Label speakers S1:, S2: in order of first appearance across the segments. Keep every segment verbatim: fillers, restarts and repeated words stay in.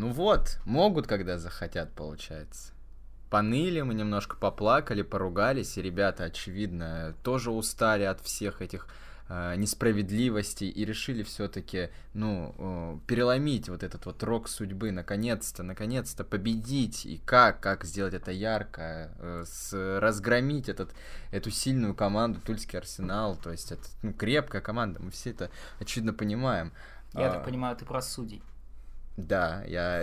S1: Ну вот, могут, когда захотят, получается. Поныли, мы немножко поплакали, поругались, и ребята, очевидно, тоже устали от всех этих э, несправедливостей и решили все-таки, ну, э, переломить вот этот вот рок судьбы, наконец-то, наконец-то победить. И как, как сделать это ярко, э, с, разгромить этот, эту сильную команду, Тульский Арсенал, то есть это, ну, крепкая команда, мы все это, очевидно, понимаем.
S2: Я
S1: а...
S2: так понимаю, ты про судей.
S1: Да, я...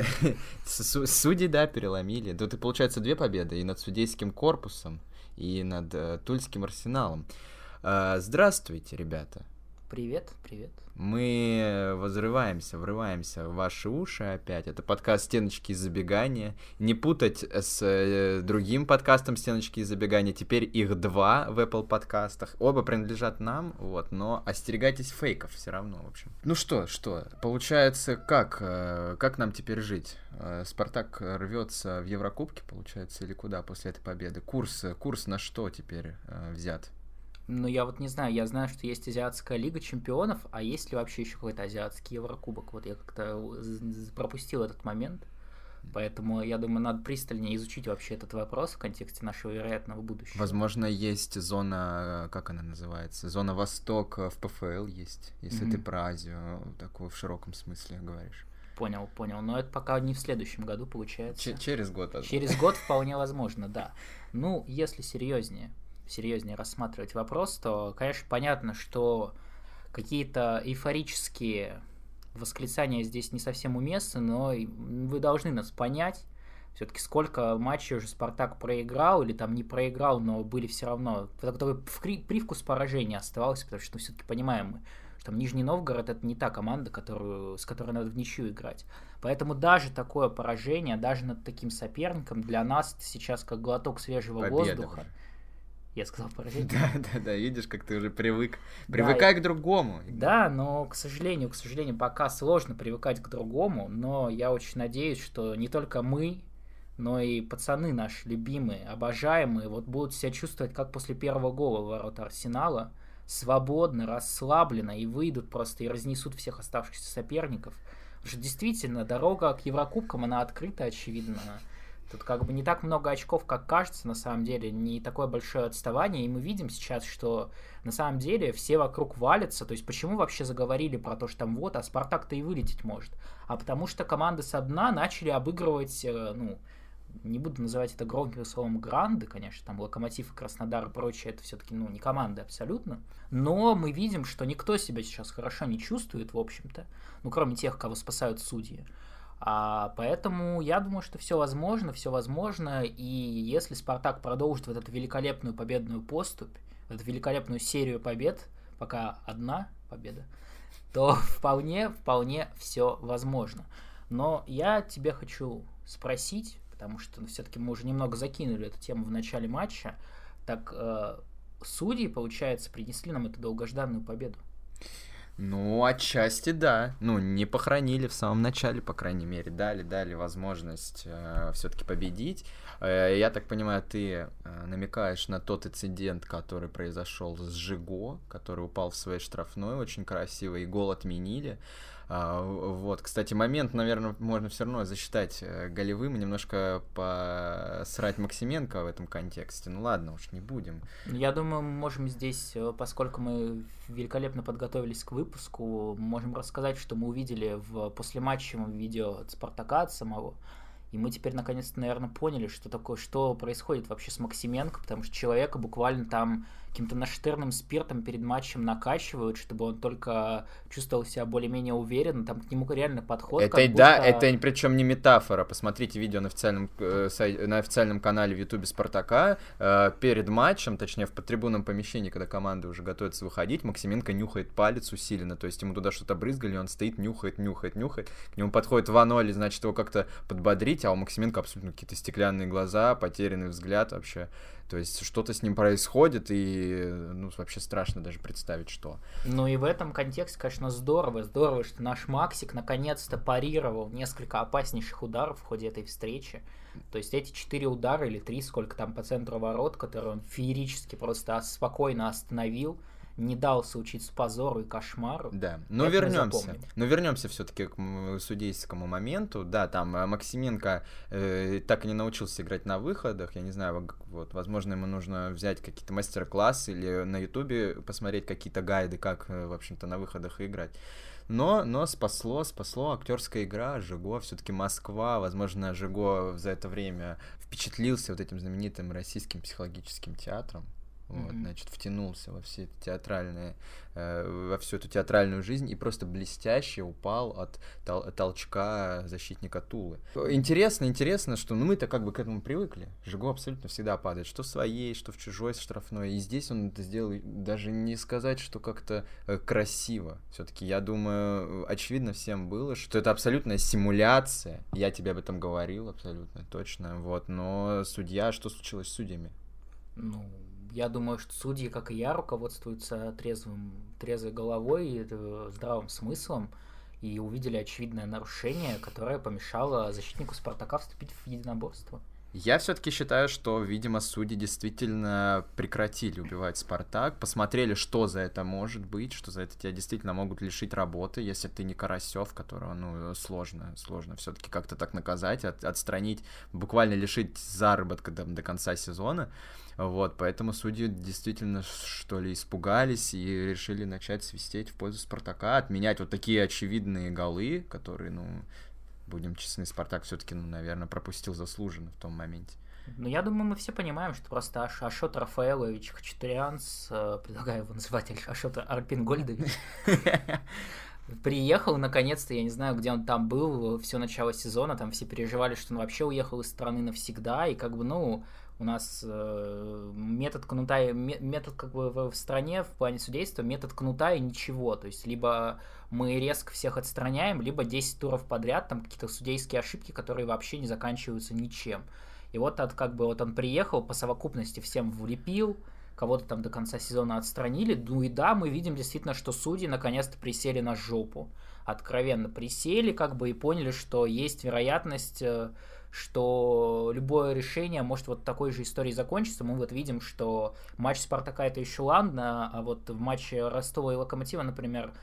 S1: Судьи, да, переломили. Тут, и получается, две победы. И над судейским корпусом, и над э, Тульским Арсеналом. Э, здравствуйте, ребята.
S2: Привет, привет.
S1: Мы возрываемся, врываемся в ваши уши опять. Это подкаст «Стеночки и забегания». Не путать с э, другим подкастом «Стеночки и забегания». Теперь их два в Apple подкастах. Оба принадлежат нам, вот, но остерегайтесь фейков все равно, в общем. Ну что, что, получается, как? Э, как нам теперь жить? Э, Спартак рвется в Еврокубке, получается, или куда после этой победы? Курс, курс на что теперь э, взят?
S2: Ну, я вот не знаю, я знаю, что есть Азиатская Лига Чемпионов, а есть ли вообще еще какой-то Азиатский Еврокубок? Вот я как-то пропустил этот момент, поэтому, я думаю, надо пристальнее изучить вообще этот вопрос в контексте нашего вероятного будущего.
S1: Возможно, есть зона, как она называется, зона Восток в ПФЛ есть, если mm-hmm. ты про Азию такую в широком смысле говоришь.
S2: Понял, понял, но это пока не в следующем году получается.
S1: Ч- через год.
S2: А через год вполне возможно, да. Ну, если серьезнее. серьезнее рассматривать вопрос, то, конечно, понятно, что какие-то эйфорические восклицания здесь не совсем уместны, но вы должны нас понять. Все-таки сколько матчей уже Спартак проиграл или там не проиграл, но были все равно... Такой привкус поражения оставался, потому что, ну, все-таки понимаем мы, что там Нижний Новгород — это не та команда, которую, с которой надо в ничью играть. Поэтому даже такое поражение, даже над таким соперником для нас сейчас как глоток свежего
S1: Победа
S2: воздуха.
S1: Уже.
S2: Я сказал поражение.
S1: Да, да, да, видишь, как ты уже привык. Привыкай да, к другому.
S2: Да, но, к сожалению, к сожалению, пока сложно привыкать к другому, но я очень надеюсь, что не только мы, но и пацаны наши любимые, обожаемые, вот будут себя чувствовать, как после первого гола в ворота Арсенала, свободно, расслабленно, и выйдут просто и разнесут всех оставшихся соперников. Потому что действительно, дорога к Еврокубкам, она открыта, очевидно. Тут как бы не так много очков, как кажется, на самом деле, не такое большое отставание, и мы видим сейчас, что на самом деле все вокруг валятся, то есть почему вообще заговорили про то, что там вот, а Спартак-то и вылететь может, а потому что команды со дна начали обыгрывать, ну, не буду называть это громким словом гранды, конечно, там Локомотив и Краснодар и прочее, это все-таки, ну, не команды абсолютно, но мы видим, что никто себя сейчас хорошо не чувствует, в общем-то, ну, кроме тех, кого спасают судьи. А, поэтому я думаю, что все возможно, все возможно, и если Спартак продолжит вот эту великолепную победную поступь, эту великолепную серию побед, пока одна победа, то вполне, вполне все возможно. Но я тебе хочу спросить, потому что ну, все-таки мы уже немного закинули эту тему в начале матча, так э, судьи, получается, принесли нам эту долгожданную победу?
S1: Ну, отчасти да. Ну, не похоронили в самом начале, по крайней мере. Дали, дали возможность э, все-таки победить. Э, я так понимаю, ты э, намекаешь на тот инцидент, который произошел с Жиго, который упал в своей штрафной очень красиво, и гол отменили. Uh, вот, кстати, момент, наверное, можно все равно засчитать uh, голевым, немножко посрать Максименко в этом контексте. Ну ладно, уж не будем.
S2: Я думаю, мы можем здесь, поскольку мы великолепно подготовились к выпуску, можем рассказать, что мы увидели в послематчевом видео от Спартака, от самого. И мы теперь наконец-то, наверное, поняли, что такое, что происходит вообще с Максименко, потому что человека буквально там каким-то нашатырным спиртом перед матчем накачивают, чтобы он только чувствовал себя более-менее уверенно, там к нему реально подход.
S1: Это да, будто... это причем не метафора. Посмотрите видео на официальном, э, на официальном канале в Ютубе Спартака. Э, перед матчем, точнее в подтрибунном помещении, когда команда уже готовится выходить, Максименко нюхает палец усиленно, то есть ему туда что-то брызгали, он стоит, нюхает, нюхает, нюхает. К нему подходит два-ноль, значит его как-то подбодрить, а у Максименко абсолютно какие-то стеклянные глаза, потерянный взгляд вообще. То есть что-то с ним происходит, и ну, вообще страшно даже представить, что.
S2: Ну и в этом контексте, конечно, здорово. Здорово, что наш Максик наконец-то парировал несколько опаснейших ударов в ходе этой встречи. То есть эти четыре удара или три, сколько там по центру ворот, которые он феерически просто спокойно остановил. не дался учиться позору и кошмару.
S1: Да, но
S2: Это мы
S1: вернемся.
S2: запомним.
S1: Но вернемся все-таки к м- судейскому моменту. Да, там э, Максименко э, так и не научился играть на выходах. Я не знаю, вот, вот, возможно, ему нужно взять какие-то мастер-классы или на Ютубе посмотреть какие-то гайды, как, э, в общем-то, на выходах играть. Но, но спасло, спасло актерская игра, Жиго, все-таки Москва. Возможно, Жиго за это время впечатлился вот этим знаменитым российским психологическим театром. Вот, mm-hmm. значит, втянулся во все эти театральные, э, во всю эту театральную жизнь и просто блестяще упал от тол- толчка защитника Тулы. Интересно, интересно, что ну, мы-то как бы к этому привыкли. Жиго абсолютно всегда падает, что в своей, что в чужой штрафной. И здесь он это сделал, даже не сказать, что как-то э, красиво. Все-таки, я думаю, очевидно всем было, что это абсолютная симуляция. Я тебе об этом говорил абсолютно точно. Вот, но судья, что случилось с судьями?
S2: Ну... Я думаю, что судьи, как и я, руководствуются трезвым, трезвой головой и здравым смыслом и увидели очевидное нарушение, которое помешало защитнику Спартака вступить в единоборство.
S1: Я все-таки считаю, что, видимо, судьи действительно прекратили убивать Спартак, посмотрели, что за это может быть, что за это тебя действительно могут лишить работы, если ты не Карасев, которого, ну, сложно, сложно все-таки как-то так наказать, от, отстранить, буквально лишить заработка до, до конца сезона. Вот, поэтому судьи действительно, что ли, испугались и решили начать свистеть в пользу Спартака, отменять вот такие очевидные голы, которые, ну, будем честны, Спартак все-таки, ну, наверное, пропустил заслуженно в том моменте.
S2: Ну, я думаю, мы все понимаем, что просто Аш- Ашот Рафаэлович Хачатурянц, э, предлагаю его называть Ашот Арпингольдович, приехал, наконец-то, я не знаю, где он там был, все начало сезона, там все переживали, что он вообще уехал из страны навсегда, и как бы, ну, у нас э, метод кнута, и, метод как бы в стране в плане судейства, метод кнута и ничего, то есть либо мы резко всех отстраняем, либо десять туров подряд, там какие-то судейские ошибки, которые вообще не заканчиваются ничем. И вот от, как бы вот он приехал, по совокупности всем влепил, кого-то там до конца сезона отстранили, ну и да, мы видим действительно, что судьи наконец-то присели на жопу, откровенно присели, как бы, и поняли, что есть вероятность, что любое решение может вот такой же историей закончиться. Мы вот видим, что матч Спартака это еще ладно, а вот в матче Ростова и Локомотива, например,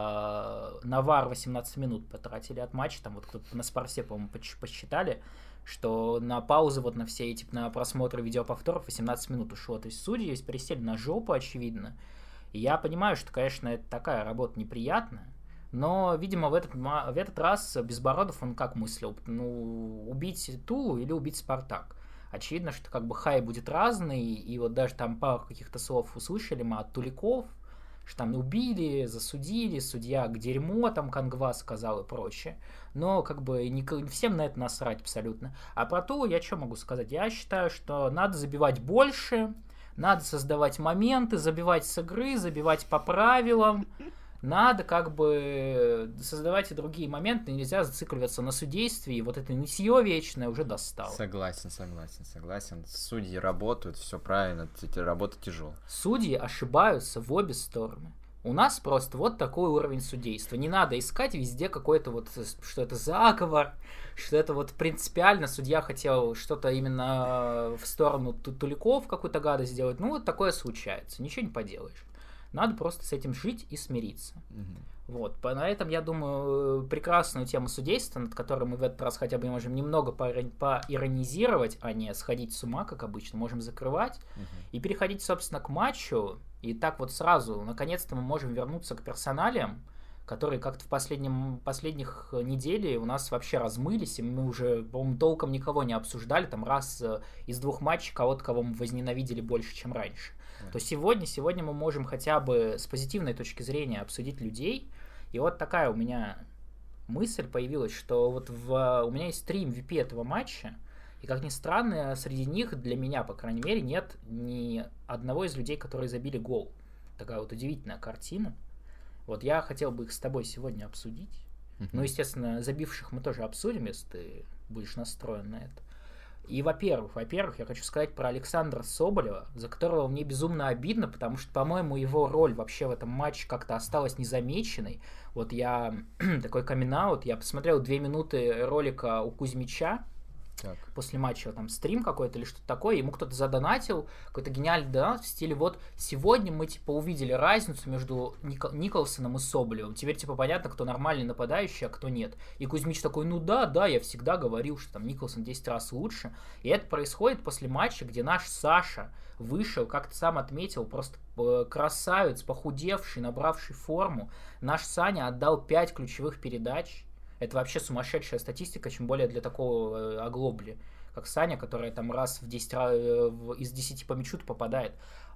S2: на ВАР восемнадцать минут потратили от матча, там вот кто-то на Спарсе, по-моему, посчитали, что на паузы, вот на все эти, на просмотры видеоповторов восемнадцать минут ушло. То есть судьи здесь присели на жопу, очевидно. И я понимаю, что, конечно, это такая работа неприятная, но, видимо, в этот, в этот раз Безбородов, он как мыслил? Ну, убить Тулу или убить Спартак? Очевидно, что как бы хай будет разный, и вот даже там пару каких-то слов услышали мы от Туликов, что там убили, засудили, судья к дерьмо, там Кангва сказал и прочее. Но как бы не, всем на это насрать абсолютно. А про Тулу я что могу сказать? Я считаю, что надо забивать больше, надо создавать моменты, забивать с игры, забивать по правилам. Надо как бы создавать и другие моменты, нельзя зацикливаться на судействе, и вот это нытье вечное уже достало.
S1: Согласен, согласен, согласен. Судьи работают, все правильно, работа тяжелая.
S2: Судьи ошибаются в обе стороны. У нас просто вот такой уровень судейства. Не надо искать везде какой-то вот, что это заговор, что это вот принципиально судья хотел что-то именно в сторону Туликов какую-то гадость сделать. Ну вот такое случается, ничего не поделаешь. Надо просто с этим жить и смириться. Mm-hmm. Вот. На этом, я думаю, прекрасную тему судейства, над которой мы в этот раз хотя бы можем немного поиронизировать, а не сходить с ума, как обычно, можем закрывать. Mm-hmm. И переходить, собственно, к матчу. И так вот сразу, наконец-то мы можем вернуться к персоналиям, которые как-то в последнем, последних неделях у нас вообще размылись, и мы уже, по-моему, толком никого не обсуждали, там раз из двух матчей кого-то, кого мы возненавидели больше, чем раньше. То сегодня, сегодня мы можем хотя бы с позитивной точки зрения обсудить людей. И вот такая у меня мысль появилась, что вот в, у меня есть три эм ви пи этого матча, и, как ни странно, среди них, для меня, по крайней мере, нет ни одного из людей, которые забили гол. Такая вот удивительная картина. Вот я хотел бы их с тобой сегодня обсудить. Uh-huh. Ну, естественно, забивших мы тоже обсудим, если ты будешь настроен на это. И, во-первых, во-первых, я хочу сказать про Александра Соболева, за которого мне безумно обидно, потому что, по-моему, его роль вообще в этом матче как-то осталась незамеченной. Вот я, такой камин-аут, я посмотрел две минуты ролика у Кузьмича,
S1: Так.
S2: После матча там стрим какой-то или что-то такое, ему кто-то задонатил, какой-то гениальный донат в стиле вот сегодня мы типа увидели разницу между Ник- Николсоном и Соболевым, теперь типа понятно, кто нормальный нападающий, а кто нет. И Кузьмич такой, ну да, да, я всегда говорил, что там Николсон десять раз лучше. И это происходит после матча, где наш Саша вышел, как ты сам отметил, просто красавец, похудевший, набравший форму. Наш Саня отдал пять ключевых передач. Это вообще сумасшедшая статистика, чем более для такого э, оглобли, как Саня, которая там раз в десять раз, э, из десяти по мячу попадает.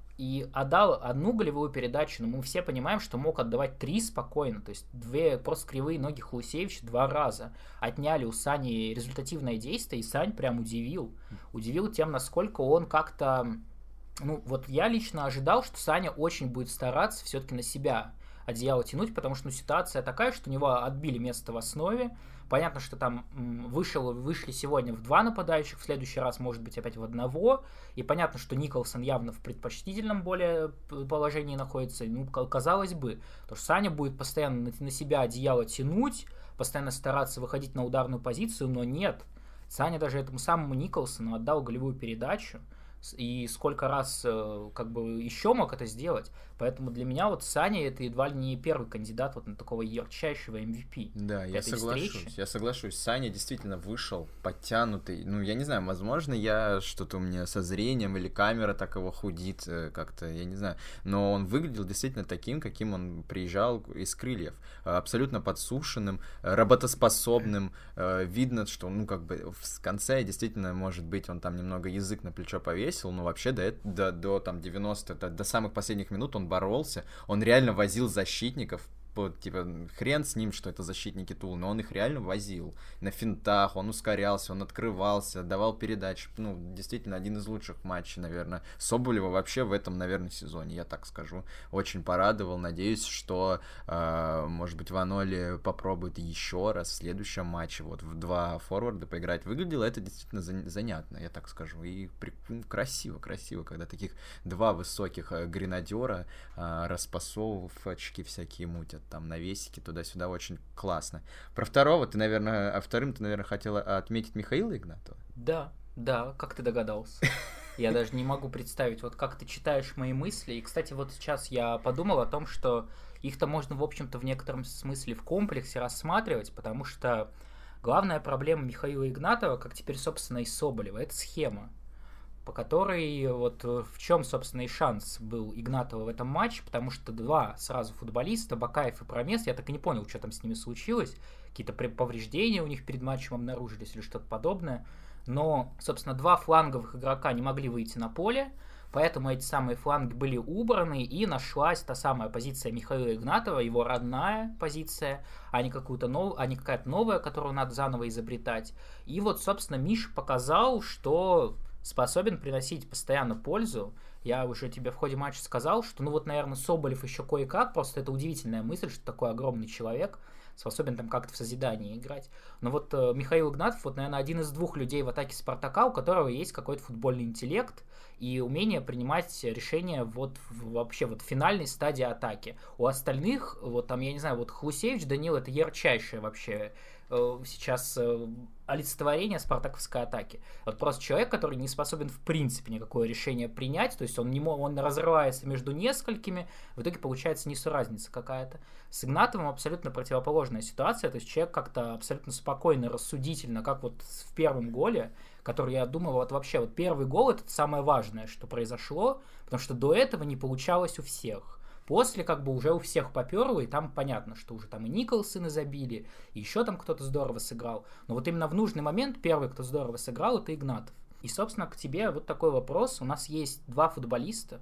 S2: И отдал одну голевую передачу, но мы все понимаем, что мог отдавать три спокойно. То есть две просто кривые ноги Хулусевича два раза. Отняли у Сани результативное действие, и Сань прям удивил. Удивил тем, насколько он как-то... Ну, вот я лично ожидал, что Саня очень будет стараться все-таки на себя одеяло тянуть, потому что ну, ситуация такая, что у него отбили место в основе. Понятно, что там вышел, вышли сегодня в два нападающих, в следующий раз, может быть, опять в одного. И понятно, что Николсон явно в предпочтительном более положении находится. Ну, казалось бы, то что Саня будет постоянно на себя одеяло тянуть, постоянно стараться выходить на ударную позицию, но нет. Саня даже этому самому Николсону отдал голевую передачу. И сколько раз как бы еще мог это сделать. Поэтому для меня вот Саня это едва ли не первый кандидат вот на такого ярчайшего эм ви пи.
S1: Да, я соглашусь. Встречи. Я соглашусь. Саня действительно вышел подтянутый. Ну, я не знаю, возможно, я что-то у меня со зрением или камера так его худит как-то, я не знаю. Но он выглядел действительно таким, каким он приезжал из Крыльев. Абсолютно подсушенным, работоспособным. Видно, что, ну, как бы в конце действительно, может быть, он там немного язык на плечо повесил, но вообще до, до, до там девяностых, до, до самых последних минут он боролся, он реально возил защитников, типа, хрен с ним, что это защитники Тулы, но он их реально возил. На финтах, он ускорялся, он открывался, давал передачи. Ну, действительно, один из лучших матчей, наверное, Соболева вообще в этом, наверное, сезоне, я так скажу. Очень порадовал, надеюсь, что, э, может быть, Ваноли попробует еще раз в следующем матче вот в два форварда поиграть. Выглядело это действительно занятно, я так скажу. И при... красиво, красиво, когда таких два высоких гренадера э, распасовывачки всякие мутят. Там навесики туда-сюда, очень классно. Про второго ты, наверное, а вторым ты, наверное, хотела отметить Михаила Игнатова?
S2: Да, да, как ты догадался. Я даже не могу представить, вот как ты читаешь мои мысли. И, кстати, вот сейчас я подумал о том, что их-то можно, в общем-то, в некотором смысле в комплексе рассматривать, потому что главная проблема Михаила Игнатова, как теперь, собственно, и Соболева, это схема, по которой вот в чем, собственно, и шанс был Игнатова в этом матче, потому что два сразу футболиста, Бакаев и Промес, я так и не понял, что там с ними случилось, какие-то повреждения у них перед матчем обнаружились или что-то подобное, но, собственно, два фланговых игрока не могли выйти на поле, поэтому эти самые фланги были убраны, и нашлась та самая позиция Михаила Игнатова, его родная позиция, а не, какую-то нов... а не какая-то новая, которую надо заново изобретать. И вот, собственно, Миша показал, что способен приносить постоянно пользу. Я уже тебе в ходе матча сказал, что, ну вот, наверное, Соболев еще кое-как, просто это удивительная мысль, что такой огромный человек способен там как-то в созидании играть. Но вот э, Михаил Игнатов, вот, наверное, один из двух людей в атаке Спартака, у которого есть какой-то футбольный интеллект и умение принимать решения вот в, вообще вот в финальной стадии атаки. У остальных, вот там, я не знаю, вот Хлусевич, Данил, это ярчайшее вообще э, сейчас э, олицетворение спартаковской атаки. Вот просто человек, который не способен в принципе никакое решение принять, то есть он, не, он разрывается между несколькими, в итоге получается несуразница какая-то. С Игнатовым абсолютно противоположная ситуация, то есть человек как-то абсолютно спокойно, рассудительно, как вот в первом голе, который я думал, вот вообще, вот первый гол — это самое важное, что произошло, потому что до этого не получалось у всех. После как бы уже у всех поперло, и там понятно, что уже там и Николсоны забили, и еще там кто-то здорово сыграл. Но вот именно в нужный момент первый, кто здорово сыграл, это Игнатов. И, собственно, к тебе вот такой вопрос. У нас есть два футболиста,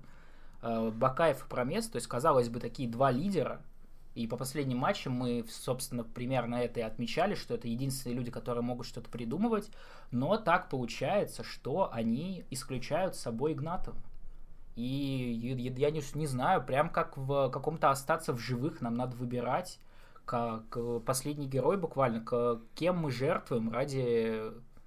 S2: Бакаев и Промес, то есть, казалось бы, такие два лидера. И по последним матчам мы, собственно, примерно это и отмечали, что это единственные люди, которые могут что-то придумывать. Но так получается, что они исключают с собой Игнатова. И я не, не знаю, прям как в каком-то остаться в живых нам надо выбирать, как последний герой буквально, к, кем мы жертвуем ради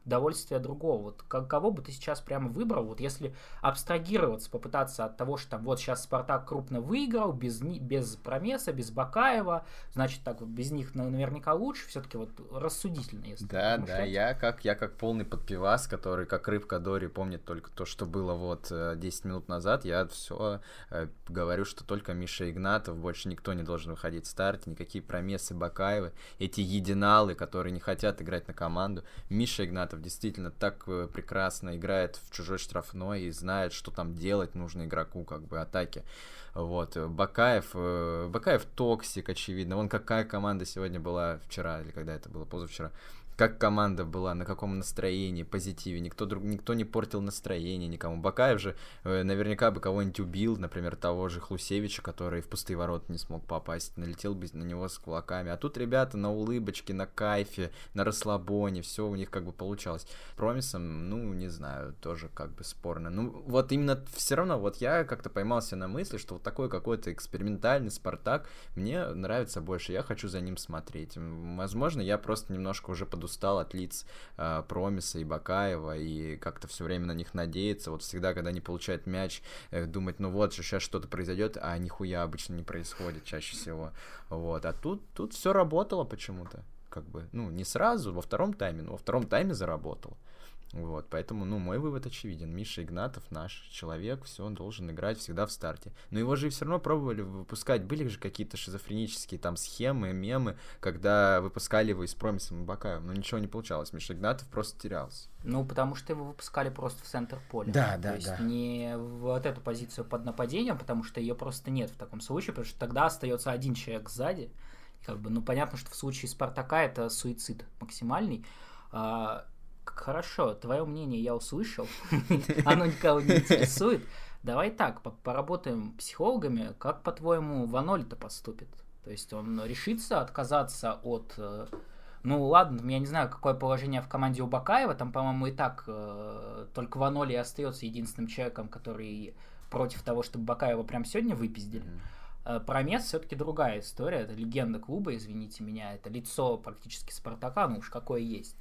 S2: удовольствие другого. Вот кого бы ты сейчас прямо выбрал, вот если абстрагироваться, попытаться от того, что там вот сейчас Спартак крупно выиграл, без, без Промеса, без Бакаева, значит, так вот без них наверняка лучше, все-таки вот рассудительно, если
S1: Да, да, я как, я как полный подпивас, который как рыбка Дори помнит только то, что было вот десять минут назад, я все э, говорю, что только Миша Игнатов, больше никто не должен выходить в старте, никакие Промесы, Бакаевы, эти единалы, которые не хотят играть на команду. Миша Игнатов действительно так прекрасно играет в чужой штрафной и знает, что там делать нужно игроку, как бы, атаки. Вот, Бакаев, Бакаев токсик, очевидно. Вон какая команда сегодня была вчера, или когда это было, позавчера. Как команда была, на каком настроении, позитиве, никто, друг, никто не портил настроение никому. Бакаев же э, наверняка бы кого-нибудь убил, например, того же Хлусевича, который в пустые ворота не смог попасть, налетел бы на него с кулаками. А тут ребята на улыбочке, на кайфе, на расслабоне, все у них как бы получалось. Промисом, ну, не знаю, тоже как бы спорно. Ну, вот именно все равно, вот я как-то поймался на мысли, что вот такой какой-то экспериментальный Спартак мне нравится больше, я хочу за ним смотреть. Возможно, я просто немножко уже подустал устал от лиц э, Промеса и Бакаева, и как-то все время на них надеяться. Вот всегда, когда они получают мяч, э, думать, ну вот же, сейчас что-то произойдет, а нихуя обычно не происходит чаще всего. Вот. А тут, тут все работало почему-то. Как бы, ну, не сразу, во втором тайме, но во втором тайме заработало. Вот, поэтому, ну, мой вывод очевиден. Миша Игнатов наш человек, все, он должен играть всегда в старте. Но его же все равно пробовали выпускать. Были же какие-то шизофренические там схемы, мемы, когда выпускали его и с Промисом и Бакаевым. Но ничего не получалось. Миша Игнатов просто терялся.
S2: Ну, потому что его выпускали просто в центр поля.
S1: Да,
S2: То
S1: да,
S2: есть
S1: да.
S2: не вот эту позицию под нападением, потому что ее просто нет в таком случае, потому что тогда остается один человек сзади. И как бы, ну, понятно, что в случае Спартака это суицид максимальный. Хорошо, твое мнение я услышал, оно никого не интересует. Давай так, поработаем психологами, как, по-твоему, Ваноль-то поступит? То есть он решится отказаться от... Ну ладно, я не знаю, какое положение в команде у Бакаева, там, по-моему, и так только Ваноль и остается единственным человеком, который против того, чтобы Бакаева прям сегодня выпиздили. Промес все-таки другая история, это легенда клуба, извините меня, это лицо практически Спартака, ну уж какое есть.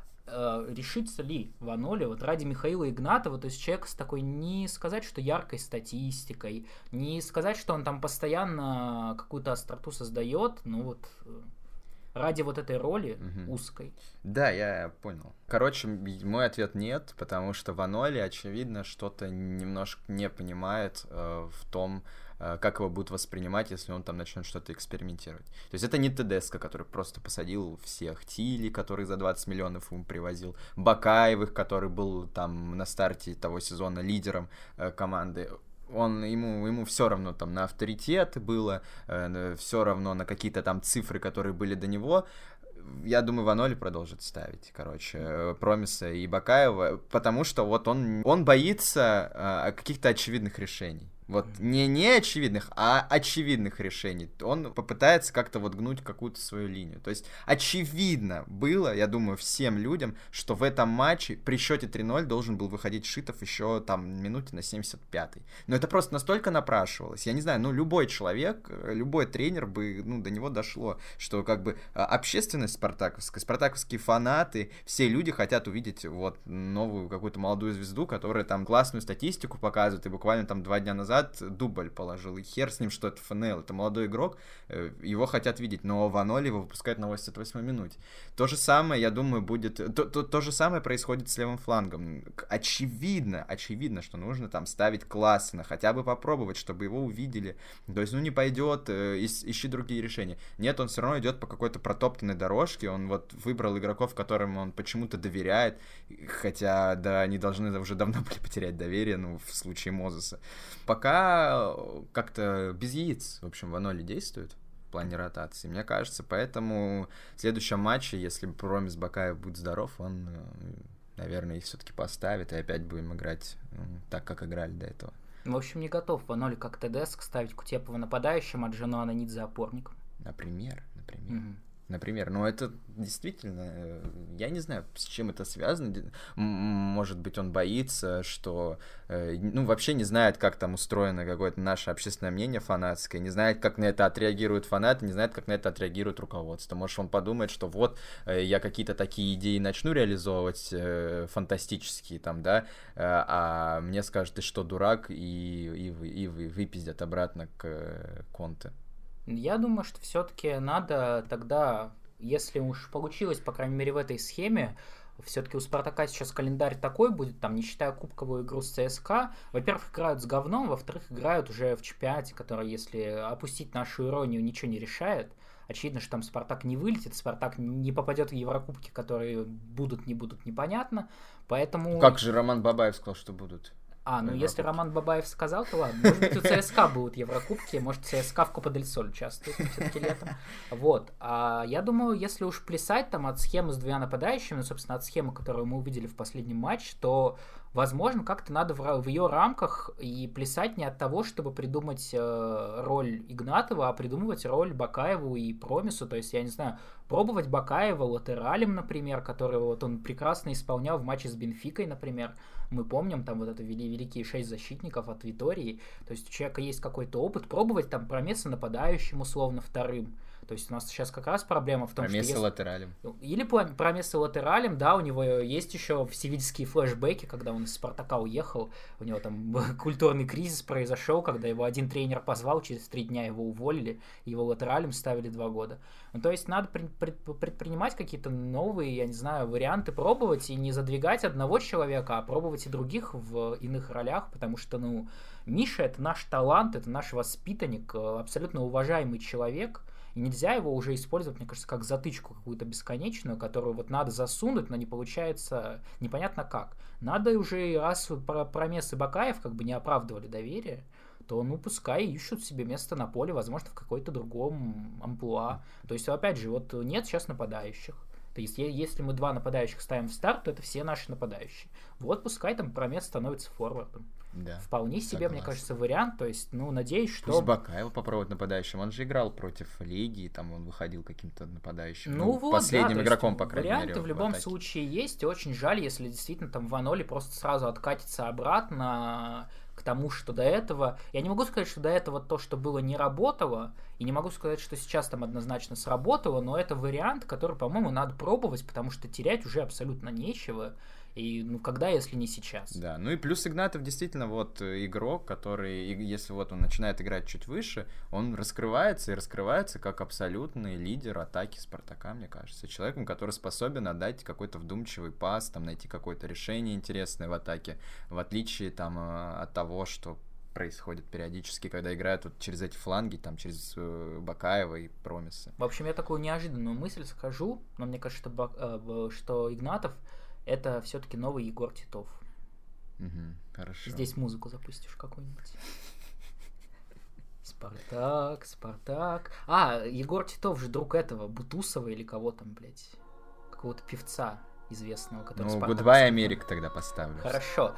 S2: Решится ли Ваноль вот ради Михаила Игнатова, то есть человека с такой, не сказать, что яркой статистикой, не сказать, что он там постоянно какую-то остроту создает, ну вот ради вот этой роли угу. узкой.
S1: Да, я понял. Короче, мой ответ нет, потому что Ваноль, очевидно, что-то немножко не понимает э, в том, э, как его будут воспринимать, если он там начнет что-то экспериментировать. То есть это не Тедеско, который просто посадил всех, Тили, который за двадцать миллионов ему привозил, Бакаевых, который был там на старте того сезона лидером э, команды. Он, ему, ему все равно там на авторитет было, э, все равно на какие-то там цифры, которые были до него. Я думаю, Ваноль продолжит ставить, короче, Промеса и Бакаева, потому что вот он, он боится э, каких-то очевидных решений. Вот не неочевидных, а очевидных решений. Он попытается как-то вот гнуть какую-то свою линию. То есть очевидно было, я думаю, всем людям, что в этом матче при счете три ноль должен был выходить Шитов еще там минуте на семьдесят пятой. Но это просто настолько напрашивалось. Я не знаю, ну любой человек, любой тренер бы, ну до него дошло, что как бы общественность спартаковская, спартаковские фанаты, все люди хотят увидеть вот новую какую-то молодую звезду, которая там классную статистику показывает, и буквально там два дня назад дубль положил, и хер с ним, что это ФНЛ, это молодой игрок, его хотят видеть, но Ваноль его выпускает на восемьдесят восьмой минуте. То же самое, я думаю, будет, то, то, то же самое происходит с левым флангом. Очевидно, очевидно, что нужно там ставить Классена, хотя бы попробовать, чтобы его увидели. То есть, ну не пойдет, ищи другие решения. Нет, он все равно идет по какой-то протоптанной дорожке, он вот выбрал игроков, которым он почему-то доверяет, хотя, да, они должны уже давно были потерять доверие, ну, в случае Мозеса. Пока как-то без яиц, в общем, Ваноль действует в плане ротации, мне кажется, поэтому в следующем матче, если Промес Бакаев будет здоров, он, наверное, их все-таки поставит, и опять будем играть так, как играли до этого.
S2: В общем, не готов Ваноль как Тедеско ставить Кутепова нападающим, а Джану Ананидзе опорником.
S1: Например, например.
S2: Угу.
S1: Например, но это действительно, я не знаю, с чем это связано. Может быть, он боится, что, ну, вообще не знает, как там устроено какое-то наше общественное мнение фанатское, не знает, как на это отреагируют фанаты, не знает, как на это отреагирует руководство. Может, он подумает, что вот, я какие-то такие идеи начну реализовывать, фантастические там, да, а мне скажут, ты что, дурак, и, и, и выпиздят обратно к Конте.
S2: Я думаю, что все-таки надо тогда, если уж получилось, по крайней мере, в этой схеме, все-таки у Спартака сейчас календарь такой будет, там, не считая кубковую игру с ЦСКА, во-первых, играют с говном, во-вторых, играют уже в чемпионате, который, если опустить нашу иронию, ничего не решает. Очевидно, что там Спартак не вылетит, Спартак не попадет в Еврокубки, которые будут, не будут, непонятно, поэтому...
S1: Как же Роман Бабаев сказал, что будут?
S2: А, ну если Роман Бабаев сказал, то ладно. Может быть, у ЦСКА будут Еврокубки, может, ЦСКА в Копа дель Соль участвует все-таки летом. Вот. А я думаю, если уж плясать там от схемы с двумя нападающими, ну, собственно, от схемы, которую мы увидели в последнем матче, то, возможно, как-то надо в, в ее рамках и плясать не от того, чтобы придумать э, роль Игнатова, а придумывать роль Бакаеву и Промису. То есть, я не знаю, пробовать Бакаева латералем, например, который вот он прекрасно исполнял в матче с Бенфикой, например. Мы помним там вот это великие шесть защитников от Витории. То есть у человека есть какой-то опыт. Пробовать там Промеса нападающим условно вторым. То есть у нас сейчас как раз проблема в том,
S1: Промеса
S2: что... Если...
S1: латералем.
S2: Или Промеса латералем, да, у него есть еще всевидские флешбеки, когда он из Спартака уехал, у него там культурный кризис произошел, когда его один тренер позвал, через три дня его уволили, его латералем ставили два года. Ну, то есть надо предпринимать какие-то новые, я не знаю, варианты, пробовать и не задвигать одного человека, а пробовать и других в иных ролях, потому что, ну, Миша — это наш талант, это наш воспитанник, абсолютно уважаемый человек. И нельзя его уже использовать, мне кажется, как затычку какую-то бесконечную, которую вот надо засунуть, но не получается непонятно как. Надо уже, раз Промес и Бакаев как бы не оправдывали доверие, то, ну, пускай ищут себе место на поле, возможно, в какой-то другом амплуа. То есть, опять же, вот нет сейчас нападающих. То есть, если мы два нападающих ставим в старт, то это все наши нападающие. Вот пускай там Промес становится форвардом.
S1: Да,
S2: вполне себе,
S1: согласен.
S2: Мне кажется, вариант. То есть, ну, надеюсь, что...
S1: Пусть Бакаева попробует нападающим. Он же играл против Лиги, там он выходил каким-то нападающим.
S2: Ну,
S1: ну
S2: вот,
S1: последним
S2: да,
S1: игроком, по крайней
S2: варианты
S1: мере.
S2: Варианты в любом случае есть. И очень жаль, если действительно там Ваноли просто сразу откатится обратно к тому, что до этого... Я не могу сказать, что до этого то, что было, не работало, и не могу сказать, что сейчас там однозначно сработало, но это вариант, который, по-моему, надо пробовать, потому что терять уже абсолютно нечего. И, ну, когда, если не сейчас?
S1: Да, ну и плюс Игнатов действительно вот игрок, который, если вот он начинает играть чуть выше, он раскрывается и раскрывается как абсолютный лидер атаки Спартака, мне кажется. Человеком, который способен отдать какой-то вдумчивый пас, там, найти какое-то решение интересное в атаке, в отличие там от того, что происходит периодически, когда играют вот через эти фланги, там, через э, Бакаева и Промеса.
S2: В общем, я такую неожиданную мысль скажу, но мне кажется, что, Бак... э, что Игнатов это все-таки новый Егор Титов.
S1: Угу, хорошо.
S2: Здесь музыку запустишь какую-нибудь. Спартак, Спартак. А, Егор Титов же друг этого, Бутусова или кого там, блядь, какого-то певца известного, который
S1: Ну,
S2: Спартак...
S1: Goodbye Америка тогда поставлю.
S2: Хорошо.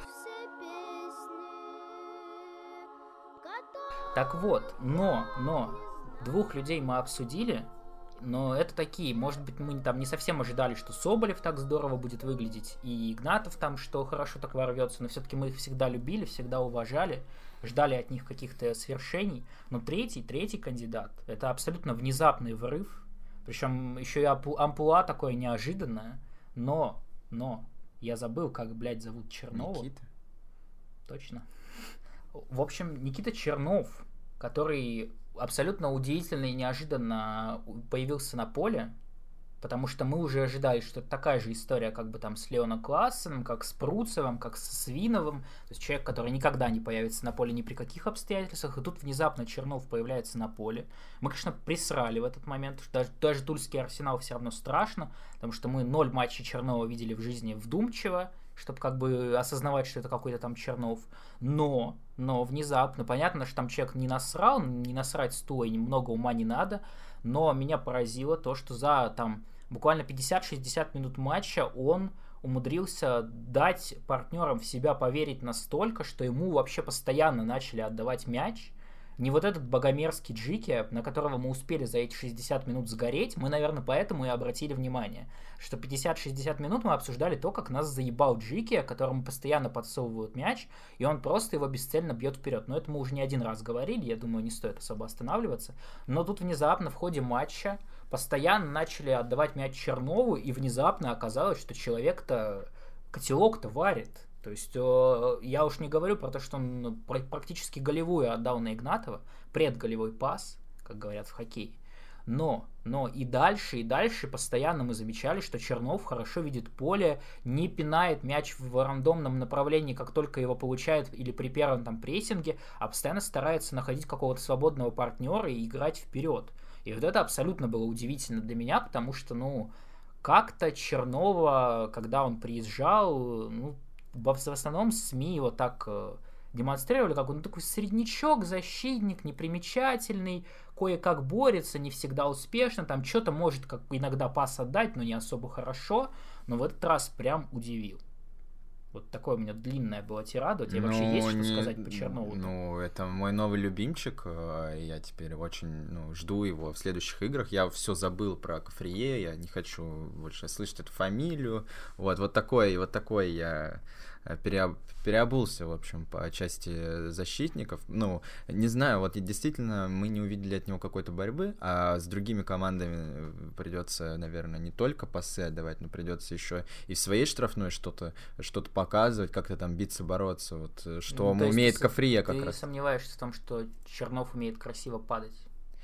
S2: Так вот, но, но, двух людей мы обсудили, но это такие, может быть, мы там не совсем ожидали, что Соболев так здорово будет выглядеть, и Игнатов там, что хорошо так ворвется, но все-таки мы их всегда любили, всегда уважали, ждали от них каких-то свершений. Но третий, третий кандидат, это абсолютно внезапный врыв, причем еще и амплуа такое неожиданное, но, но, я забыл, как, блядь, зовут Чернова.
S1: Никита.
S2: Точно. В общем, Никита Чернов, который абсолютно удивительно и неожиданно появился на поле, потому что мы уже ожидали, что это такая же история, как бы там с Леоном Классеном, как с Пруцевым, как со Свиновым, то есть человек, который никогда не появится на поле ни при каких обстоятельствах, и тут внезапно Чернов появляется на поле. Мы, конечно, присрали в этот момент, что даже, даже Тульский Арсенал все равно страшно, потому что мы ноль матчей Чернова видели в жизни вдумчиво, чтобы как бы осознавать, что это какой-то там Чернов. Но, но внезапно, понятно, что там человек не насрал, не насрать стоя, немного ума не надо, но меня поразило то, что за там буквально пятьдесят-шестьдесят минут матча он умудрился дать партнерам в себя поверить настолько, что ему вообще постоянно начали отдавать мяч. не вот этот богомерзкий Джики, на которого мы успели за эти шестьдесят минут сгореть, мы, наверное, поэтому и обратили внимание, что пятьдесят-шестьдесят минут мы обсуждали то, как нас заебал Джики, которому постоянно подсовывают мяч, и он просто его бесцельно бьет вперед. Но это мы уже не один раз говорили, я думаю, не стоит особо останавливаться. Но тут внезапно в ходе матча постоянно начали отдавать мяч Чернову, и внезапно оказалось, что человек-то, котелок-то варит. То есть я уж не говорю про то, что он практически голевую отдал на Игнатова, предголевой пас, как говорят в хоккее. Но, но и дальше, и дальше постоянно мы замечали, что Чернов хорошо видит поле, не пинает мяч в рандомном направлении, как только его получает, или при первом там прессинге, а постоянно старается находить какого-то свободного партнера и играть вперед. И вот это абсолютно было удивительно для меня, потому что, ну, как-то Чернова, когда он приезжал, ну, в основном СМИ его так э, демонстрировали, как он такой среднячок, защитник, непримечательный, кое-как борется, не всегда успешно, там что-то может как иногда пас отдать, но не особо хорошо, но в этот раз прям удивил. Вот такое у меня длинная была тирада. У тебя ну, вообще есть что не... сказать по Чернову?
S1: Ну, это мой новый любимчик. Я теперь очень ну, жду его в следующих играх. Я все забыл про Кофрие, я не хочу больше слышать эту фамилию. Вот, вот такой, вот такой я переобулся, в общем, по части защитников. Ну, не знаю, вот действительно мы не увидели от него какой-то борьбы, а с другими командами придется, наверное, не только пасы отдавать, но придется еще и в своей штрафной что-то, что-то показывать, как-то там биться, бороться. Вот, что ну, умеет ты, Кофрия как
S2: ты
S1: раз.
S2: Ты сомневаешься в том, что Чернов умеет красиво падать?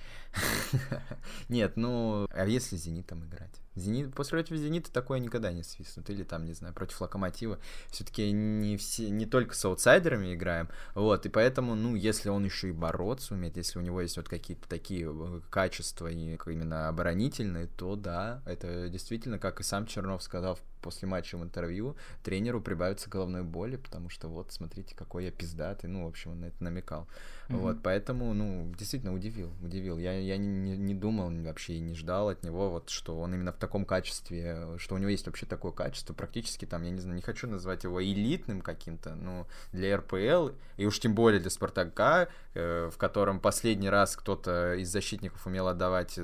S1: Нет, ну, а если с Зенитом играть? Зенит, после против Зенита такое никогда не свистнут. Или там, не знаю, против Локомотива. Все-таки не все, не только с аутсайдерами играем. Вот, и поэтому, ну, если он еще и бороться умеет, если у него есть вот какие-то такие качества именно оборонительные, то да, это действительно, как и сам Чернов сказал после матча в интервью, тренеру прибавится головной боли, потому что вот, смотрите, какой я пиздатый. Ну, в общем, он на это намекал. Mm-hmm. Вот, поэтому, ну, действительно удивил, удивил. Я, я не, не, не думал вообще и не ждал от него, вот, что он именно в таком качестве, что у него есть вообще такое качество, практически там, я не знаю, не хочу назвать его элитным каким-то, но для эр пэ эл, и уж тем более для Спартака, э, в котором последний раз кто-то из защитников умел отдавать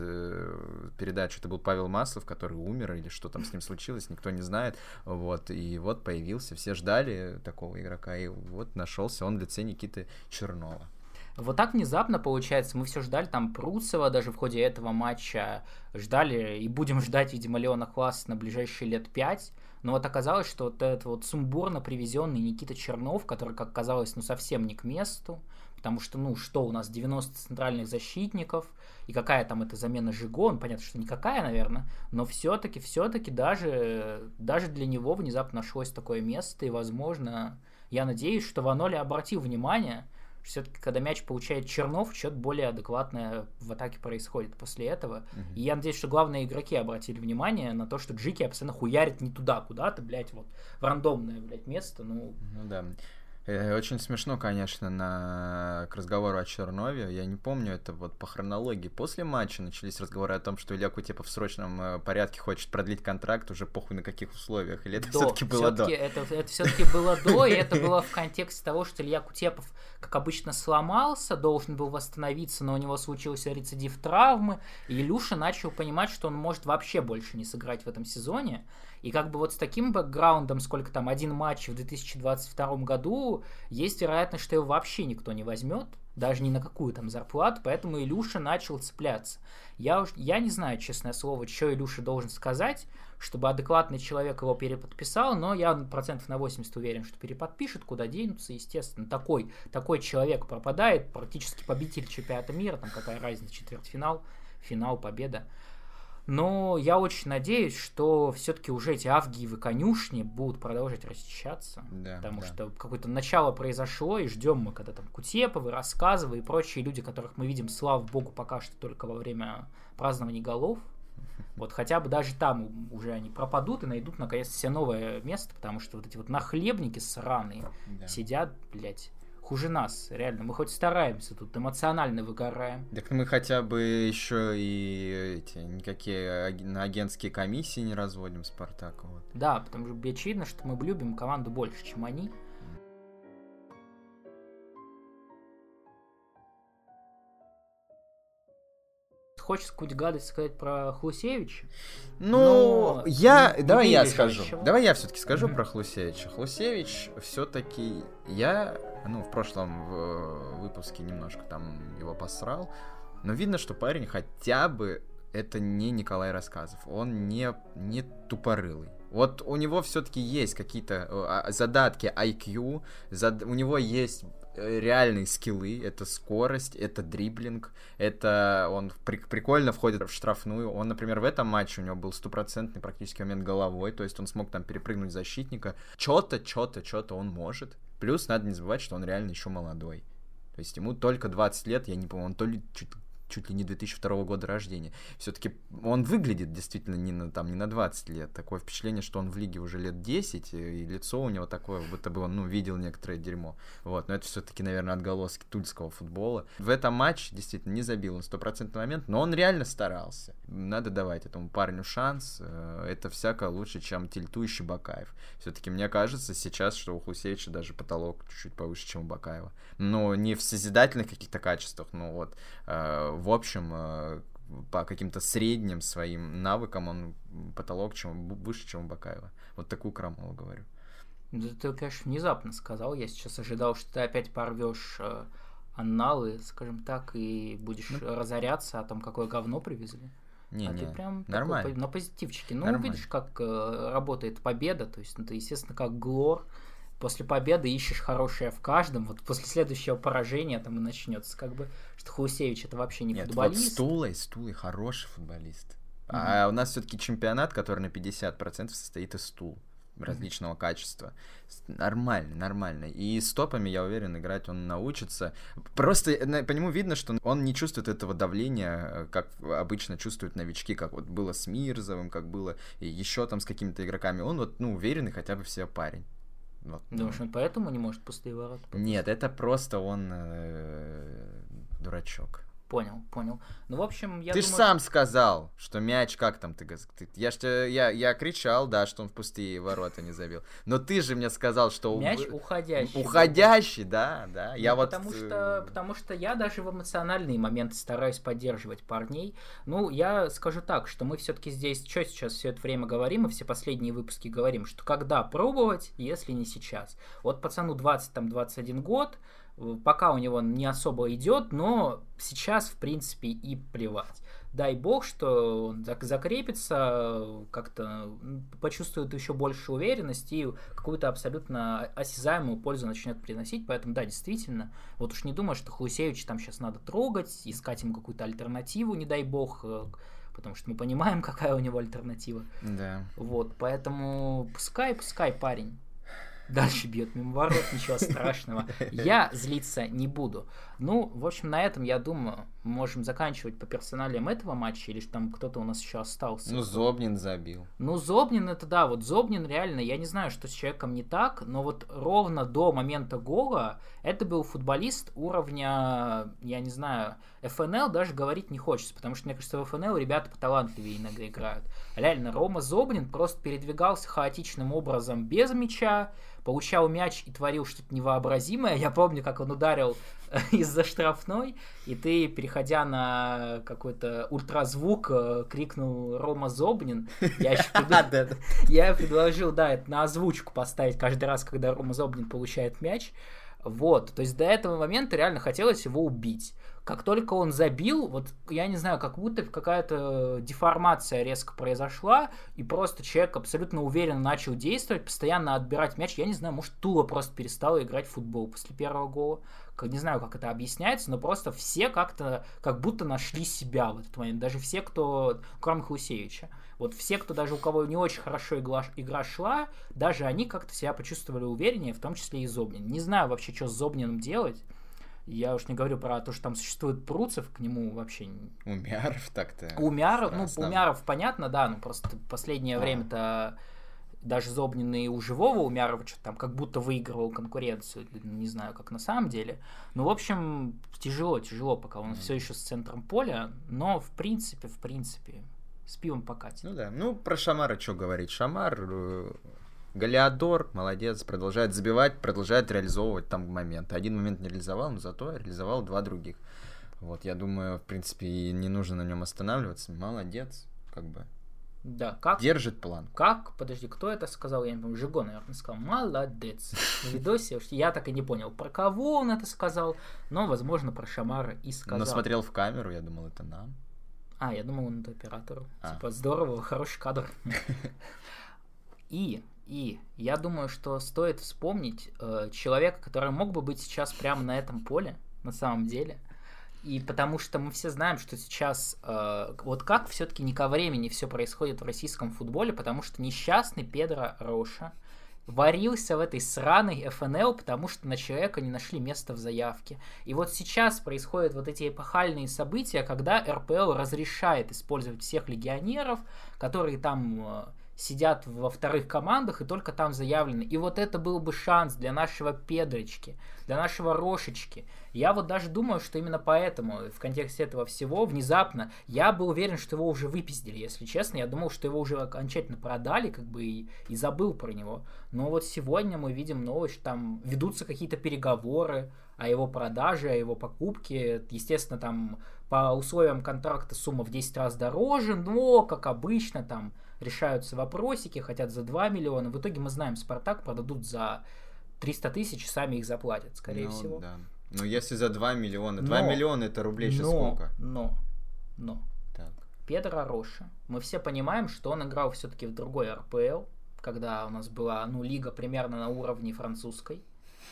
S1: э, передачу, это был Павел Маслов, который умер, или что там с ним случилось, никто не знает, вот, и вот появился, все ждали такого игрока, и вот нашелся он в лице Никиты Чернова.
S2: Вот так внезапно, получается, мы все ждали там Пруцева даже в ходе этого матча, ждали и будем ждать, видимо, Леона Класс на ближайшие лет пять, но вот оказалось, что вот этот вот сумбурно привезенный Никита Чернов, который, как казалось, ну совсем не к месту, потому что, ну, что у нас, девяносто центральных защитников, и какая там эта замена Жиго, ну, понятно, что никакая, наверное, но все-таки, все-таки даже, даже для него внезапно нашлось такое место, и, возможно, я надеюсь, что Ваноли обратил внимание, все-таки, когда мяч получает Чернов, что-то более адекватное в атаке происходит после этого. Uh-huh. И я надеюсь, что главные игроки обратили внимание на то, что Джики постоянно хуярит не туда, куда-то, блядь, вот в рандомное, блядь, место. Ну,
S1: ну да. Очень смешно, конечно, на... к разговору о Чернове. Я не помню, это вот по хронологии. После матча начались разговоры о том, что Илья Кутепов в срочном порядке хочет продлить контракт, уже похуй на каких условиях. Или это до. все-таки было все-таки
S2: до? Это, это все-таки было до, и это было в контексте того, что Илья Кутепов, как обычно, сломался, должен был восстановиться, но у него случился рецидив травмы, и Илюша начал понимать, что он может вообще больше не сыграть в этом сезоне. И как бы вот с таким бэкграундом, сколько там, один матч в две тысячи двадцать втором году, есть вероятность, что его вообще никто не возьмет, даже ни на какую там зарплату, поэтому Илюша начал цепляться. Я, уж, я не знаю, честное слово, что Илюша должен сказать, чтобы адекватный человек его переподписал, но я процентов на восемьдесят уверен, что переподпишет, куда денутся, естественно. Такой, такой человек пропадает, практически победитель чемпионата мира, там какая разница, четвертьфинал, финал, победа. Но я очень надеюсь, что все-таки уже эти Авгиевы конюшни будут продолжать расчищаться, да, потому да. что какое-то начало произошло, и ждем мы, когда там Кутеповы, Рассказовы и прочие люди, которых мы видим, слава богу, пока что только во время празднования голов. Вот хотя бы даже там уже они пропадут и найдут наконец себе новое место, потому что вот эти вот нахлебники сраные да. сидят, блядь. Хуже нас, реально. Мы хоть стараемся, тут эмоционально выгораем.
S1: Так мы хотя бы еще и эти никакие на агентские комиссии не разводим Спартаку. Вот.
S2: Да, потому что очевидно, что мы любим команду больше, чем они. хочется какую-нибудь гадость сказать про Хлусевича.
S1: Ну, я...
S2: не
S1: Давай я
S2: переживающего.
S1: скажу. Давай я все-таки скажу
S2: Мгм.
S1: про Хлусевича. Хлусевич все-таки... Я, ну, в прошлом в- выпуске немножко там его посрал, но видно, что парень хотя бы... Это не Николай Рассказов. Он не, не тупорылый. Вот у него все-таки есть какие-то э, задатки ай кью, зад... у него есть э, реальные скиллы, это скорость, это дриблинг, это он при- прикольно входит в штрафную. Он, например, в этом матче у него был стопроцентный практически момент головой, то есть он смог там перепрыгнуть защитника. Чё-то, чё-то, чё-то он может. Плюс надо не забывать, что он реально еще молодой. То есть ему только двадцать лет, я не помню, он то ли чуть чуть ли не две тысячи второго года рождения. Все-таки он выглядит действительно не на, там, не на двадцать лет. Такое впечатление, что он в лиге уже лет десять, и лицо у него такое, будто бы он, ну, видел некоторое дерьмо. Вот. Но это все-таки, наверное, отголоски тульского футбола. В этом матче действительно не забил он стопроцентный момент, но он реально старался. Надо давать этому парню шанс. Это всяко лучше, чем Тильту и Бакаев. Все-таки мне кажется сейчас, что у Хлусевича даже потолок чуть-чуть повыше, чем у Бакаева. Но не в созидательных каких-то качествах, но вот в общем, по каким-то средним своим навыкам он потолок чем, выше, чем у Бакаева. Вот такую крамолу говорю.
S2: Да ты, конечно, внезапно сказал. Я сейчас ожидал, что ты опять порвешь э, анналы, скажем так, и будешь
S1: Ну.
S2: разоряться о том, какое говно привезли.
S1: Не,
S2: а
S1: не,
S2: ты прям
S1: нормально.
S2: такой, на позитивчике. Ну,
S1: Нормально.
S2: видишь, как э, работает победа. То есть, ну, ты, естественно, как Глор. После победы ищешь хорошее в каждом. Вот после следующего поражения там и начнется, как бы, что Хлусевич это вообще не
S1: Нет,
S2: футболист.
S1: вот Стулой, Стулой хороший футболист.
S2: Мгм.
S1: А у нас все-таки чемпионат, который на пятьдесят процентов состоит из стул различного качества. С- Нормально, нормально. И с топами, я уверен, играть он научится. Просто на- по нему видно, что он не чувствует этого давления, э, как обычно чувствуют новички, как вот было с Мирзовым, как было и еще там с какими-то игроками. Он вот, ну, уверенный хотя бы в себе парень. Вот, ну.
S2: Думаешь, он поэтому не может пустые ворота?
S1: Нет, это просто он э, дурачок.
S2: Понял, понял. Ну, в общем, я
S1: ты
S2: думаю...
S1: же сам сказал, что мяч, как там ты, газ- ты- я, ж тебе- я, я кричал, да, что он в пустые ворота не забил. Но ты же мне сказал, что у-
S2: Мяч уходящий.
S1: уходящий, да, да. Я
S2: Ну,
S1: вот.
S2: потому,
S1: э,
S2: что, потому что я даже в эмоциональные моменты стараюсь поддерживать парней. Ну, я скажу так, что мы все-таки здесь, что сейчас все это время говорим, и все последние выпуски говорим, что когда пробовать, если не сейчас. Вот пацану двадцать, там, двадцать один год, э, пока у него не особо идет, но сейчас, в принципе, и плевать. Дай бог, что он зак- закрепится, как-то м, почувствует еще больше уверенности и какую-то абсолютно осязаемую пользу начнет приносить. Поэтому, да, действительно, вот уж не думаю, что Хлусевича там сейчас надо трогать, искать ему какую-то альтернативу, не дай бог, э, потому что мы понимаем, какая у него альтернатива.
S1: Да.
S2: Вот, поэтому пускай, пускай парень дальше бьет мимо ворот, ничего страшного. Я злиться не буду. Ну, в общем, на этом, я думаю, мы можем заканчивать по персоналиям этого матча, или там кто-то у нас еще остался.
S1: Ну, Зобнин забил.
S2: Ну, Зобнин это да, вот Зобнин реально, я не знаю, что с человеком не так, но вот ровно до момента гола это был футболист уровня, я не знаю, эф эн эл даже говорить не хочется, потому что, мне кажется, в эф эн эл ребята поталантливее иногда играют. Реально, Рома Зобнин просто передвигался хаотичным образом без мяча, получал мяч и творил что-то невообразимое. Я помню, как он ударил из-за штрафной, и ты, переходя на какой-то ультразвук, э, крикнул «Рома Зобнин». Я еще пред- я предложил, да, это на озвучку поставить каждый раз, когда Рома Зобнин получает мяч. Вот, то есть до этого момента реально хотелось его убить. Как только он забил, вот я не знаю, как будто какая-то деформация резко произошла, и просто человек абсолютно уверенно начал действовать, постоянно отбирать мяч. Я не знаю, может, Тула просто перестала играть в футбол после первого гола. Как- Не знаю, как это объясняется, но просто все как-то, как будто нашли себя в этот момент. Даже все, кто, кроме Хлусевича. Вот все, кто даже у кого не очень хорошо игла, игра шла, даже они как-то себя почувствовали увереннее, в том числе и Зобнин. Не знаю вообще, что с Зобниным делать. Я уж не говорю про то, что там существует Пруцев, к нему вообще... не-
S1: Умяров так-то.
S2: Умяров,
S1: про
S2: ну,
S1: основ-
S2: Умяров, понятно, да, ну, просто последнее
S1: А.
S2: время-то даже Зобнин и у живого Умярова что-то там как будто выигрывал конкуренцию, не знаю, как на самом деле. Ну, в общем, тяжело, тяжело, пока он
S1: Мгм.
S2: все еще с центром поля, но, в принципе, в принципе, с пивом покатит.
S1: Ну да, ну про Шамара что говорить. Шамар, э, Галиадор, молодец, продолжает забивать, продолжает реализовывать там моменты. Один момент не реализовал, но зато реализовал два других. Вот, я думаю, в принципе, и не нужно на нем останавливаться. Молодец, как бы.
S2: Да, как?
S1: Держит план.
S2: Как? Подожди, кто это сказал? Я не помню. Жиго, наверное, сказал. Молодец. В видосе я так и не понял, про кого он это сказал, но, возможно, про Шамара и сказал.
S1: Но смотрел в камеру, я думал, это нам.
S2: А, я думал, он это оператору.
S1: А.
S2: Типа, здорово, хороший кадр. И, и, я думаю, что стоит вспомнить э, человека, который мог бы быть сейчас прямо на этом поле, на самом деле. И потому что мы все знаем, что сейчас э, вот как все-таки не ко времени все происходит в российском футболе, потому что несчастный Педро Роша варился в этой сраной эф эн эл, потому что на человека не нашли место в заявке. И вот сейчас происходят вот эти эпохальные события, когда эр пэ эл разрешает использовать всех легионеров, которые там э, сидят во вторых командах и только там заявлены. И вот это был бы шанс для нашего Педрочки, для нашего Рошечки. Я вот даже думаю, что именно поэтому, в контексте этого всего, внезапно, я был уверен, что его уже выпиздили, если честно. Я думал, что его уже окончательно продали, как бы, и, и забыл про него. Но вот сегодня мы видим новость, что там ведутся какие-то переговоры о его продаже, о его покупке. Естественно, там по условиям контракта сумма в десять раз дороже, но, как обычно, там решаются вопросики, хотят за два миллиона. В итоге мы знаем, Спартак продадут за триста тысяч, сами их заплатят, скорее
S1: ну,
S2: всего.
S1: Да. Ну, если за два миллиона.
S2: Но,
S1: два миллиона это рублей сейчас
S2: но,
S1: сколько?
S2: Но, но.
S1: Так.
S2: Педро Роша. Мы все понимаем, что он играл все-таки в другой эр пэ эл, когда у нас была, ну, лига примерно на уровне французской.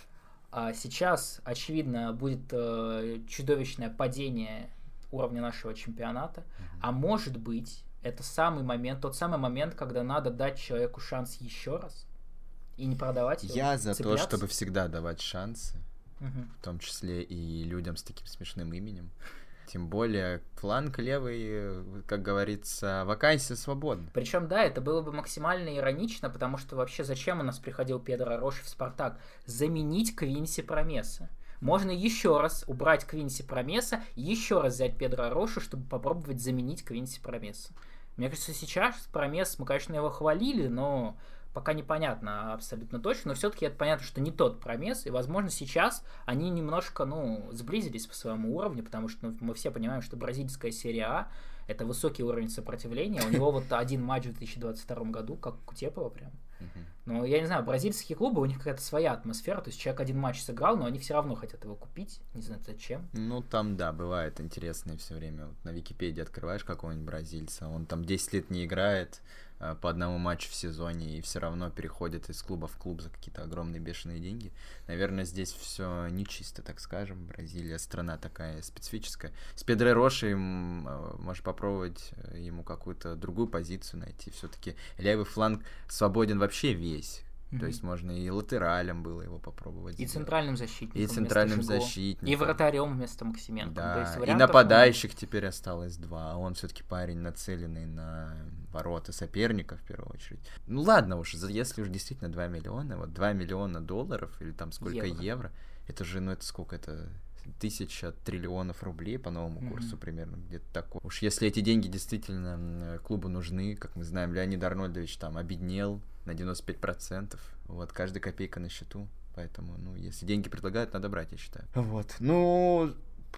S2: А сейчас, очевидно, будет э, чудовищное падение уровня нашего чемпионата. Mm-hmm. А может быть, это самый момент, тот самый момент, когда надо дать человеку шанс еще раз и не продавать его.
S1: Я за
S2: цепляться.
S1: то, чтобы всегда давать шансы.
S2: Угу.
S1: В том числе и людям с таким смешным именем. Тем более, фланг левый, как говорится, вакансия свободна.
S2: Причем, да, это было бы максимально иронично, потому что вообще зачем у нас приходил Педро Роша в Спартак? Заменить Квинси Промеса. Можно еще раз убрать Квинси Промеса, еще раз взять Педро Рошу, чтобы попробовать заменить Квинси Промеса. Мне кажется, сейчас Промес, мы, конечно, его хвалили, но пока непонятно абсолютно точно, но все-таки это понятно, что не тот Промес, и, возможно, сейчас они немножко, ну, сблизились по своему уровню, потому что ну, мы все понимаем, что бразильская серия А — это высокий уровень сопротивления, у него вот один матч в две тысячи двадцать втором году, как у Кутепова прям. Но я не знаю, бразильские клубы, у них какая-то своя атмосфера, то есть человек один матч сыграл, но они все равно хотят его купить, не знаю зачем.
S1: Ну, там, да, бывает интересное все время. Вот на Википедии открываешь какого-нибудь бразильца, он там десять лет не играет, по одному матчу в сезоне и все равно переходит из клуба в клуб за какие-то огромные бешеные деньги. Наверное, здесь все нечисто, так скажем. Бразилия страна такая специфическая. С Педро Рошей можешь попробовать ему какую-то другую позицию найти. Все-таки левый фланг свободен вообще весь. Mm-hmm. То есть можно и латералем было его попробовать.
S2: И
S1: сделать.
S2: центральным защитником.
S1: И центральным защитником.
S2: И вратарем вместо Максименко.
S1: Да.
S2: То есть
S1: и нападающих много. Теперь осталось два. А он все-таки парень, нацеленный на ворота соперника в первую очередь. Ну ладно уж, если уж действительно два миллиона, вот два миллиона долларов или там сколько евро, евро это же, ну это сколько это... тысяча триллионов рублей по новому mm-hmm. курсу примерно, где-то такое. Уж если эти деньги действительно клубу нужны, как мы знаем, Леонид Арнольдович там обеднел на девяносто пять процентов, вот, каждая копейка на счету, поэтому, ну, если деньги предлагают, надо брать, я считаю. Вот, ну,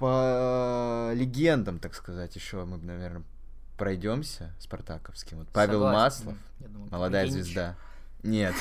S1: по легендам, так сказать, еще мы, наверное, пройдемся спартаковским. Вот Павел
S2: Согласен.
S1: Маслов,
S2: думаю,
S1: молодая
S2: Ильич.
S1: звезда. Нет.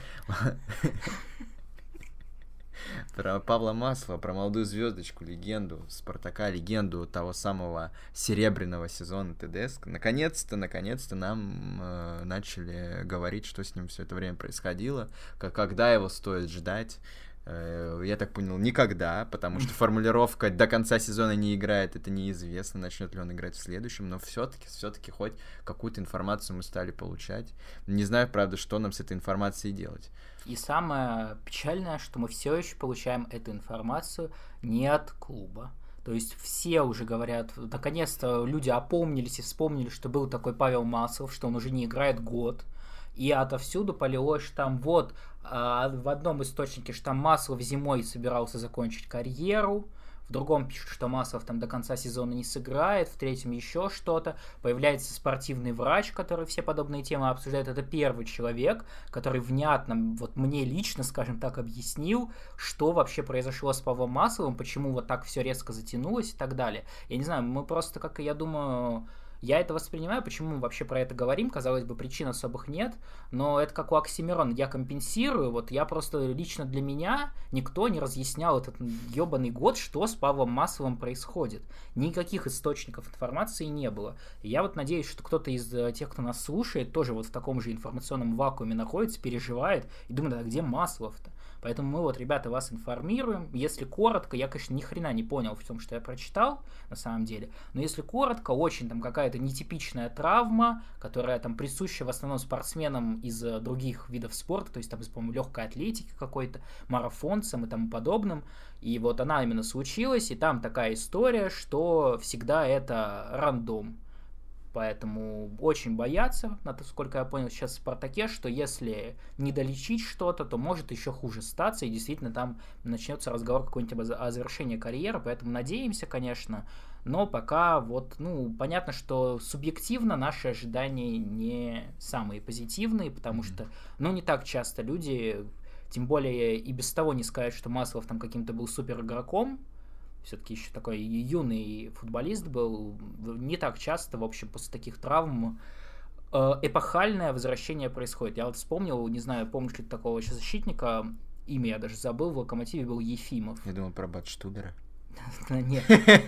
S1: Про Павла Маслова, про молодую звездочку, легенду Спартака, легенду того самого серебряного сезона тэ дэ эс. Наконец-то, наконец-то нам э, начали говорить, что с ним все это время происходило, как, когда его стоит ждать. Э, я так понял, никогда, потому что формулировка «до конца сезона не играет» — это неизвестно, начнет ли он играть в следующем, но все-таки, все-таки хоть какую-то информацию мы стали получать. Не знаю, правда, что нам с этой информацией делать.
S2: И самое печальное, что мы все еще получаем эту информацию не от клуба. То есть все уже говорят, наконец-то люди опомнились и вспомнили, что был такой Павел Маслов, что он уже не играет год. И отовсюду полилось, что там вот а, в одном источнике, что там Маслов зимой собирался закончить карьеру, в другом пишут, что Маслов там до конца сезона не сыграет, в третьем еще что-то. Появляется спортивный врач, который все подобные темы обсуждает. Это первый человек, который внятно, вот мне лично, скажем так, объяснил, что вообще произошло с Павлом Масловым, почему вот так все резко затянулось и так далее. Я не знаю, мы просто, как я думаю... Я это воспринимаю, почему мы вообще про это говорим, казалось бы, причин особых нет, но это как у Оксимирона, я компенсирую, вот я просто лично для меня никто не разъяснял этот ебаный год, что с Павлом Масловым происходит. Никаких источников информации не было. И я вот надеюсь, что кто-то из тех, кто нас слушает, тоже вот в таком же информационном вакууме находится, переживает и думает, а где Маслов-то? Поэтому мы вот, ребята, вас информируем. Если коротко, я, конечно, ни хрена не понял в том, что я прочитал, на самом деле. Но если коротко, очень там какая-то нетипичная травма, которая там присуща в основном спортсменам из других видов спорта, то есть там, по-моему, легкой атлетики какой-то, марафонцам и тому подобным. И вот она именно случилась, и там такая история, что всегда это рандом. Поэтому очень боятся, насколько я понял сейчас в «Спартаке», что если не долечить что-то, то может еще хуже статься, и действительно там начнется разговор какой-нибудь о завершении карьеры, поэтому надеемся, конечно, но пока вот, ну, понятно, что субъективно наши ожидания не самые позитивные, потому что, ну, не так часто люди, тем более и без того не сказать, что Маслов там каким-то был супер игроком, все-таки еще такой юный футболист был, не так часто, в общем, после таких травм эпохальное возвращение происходит. Я вот вспомнил, не знаю, помнишь ли такого еще защитника, имя я даже забыл, в «Локомотиве» был Ефимов.
S1: Я думал про Батштубера.
S2: Нет.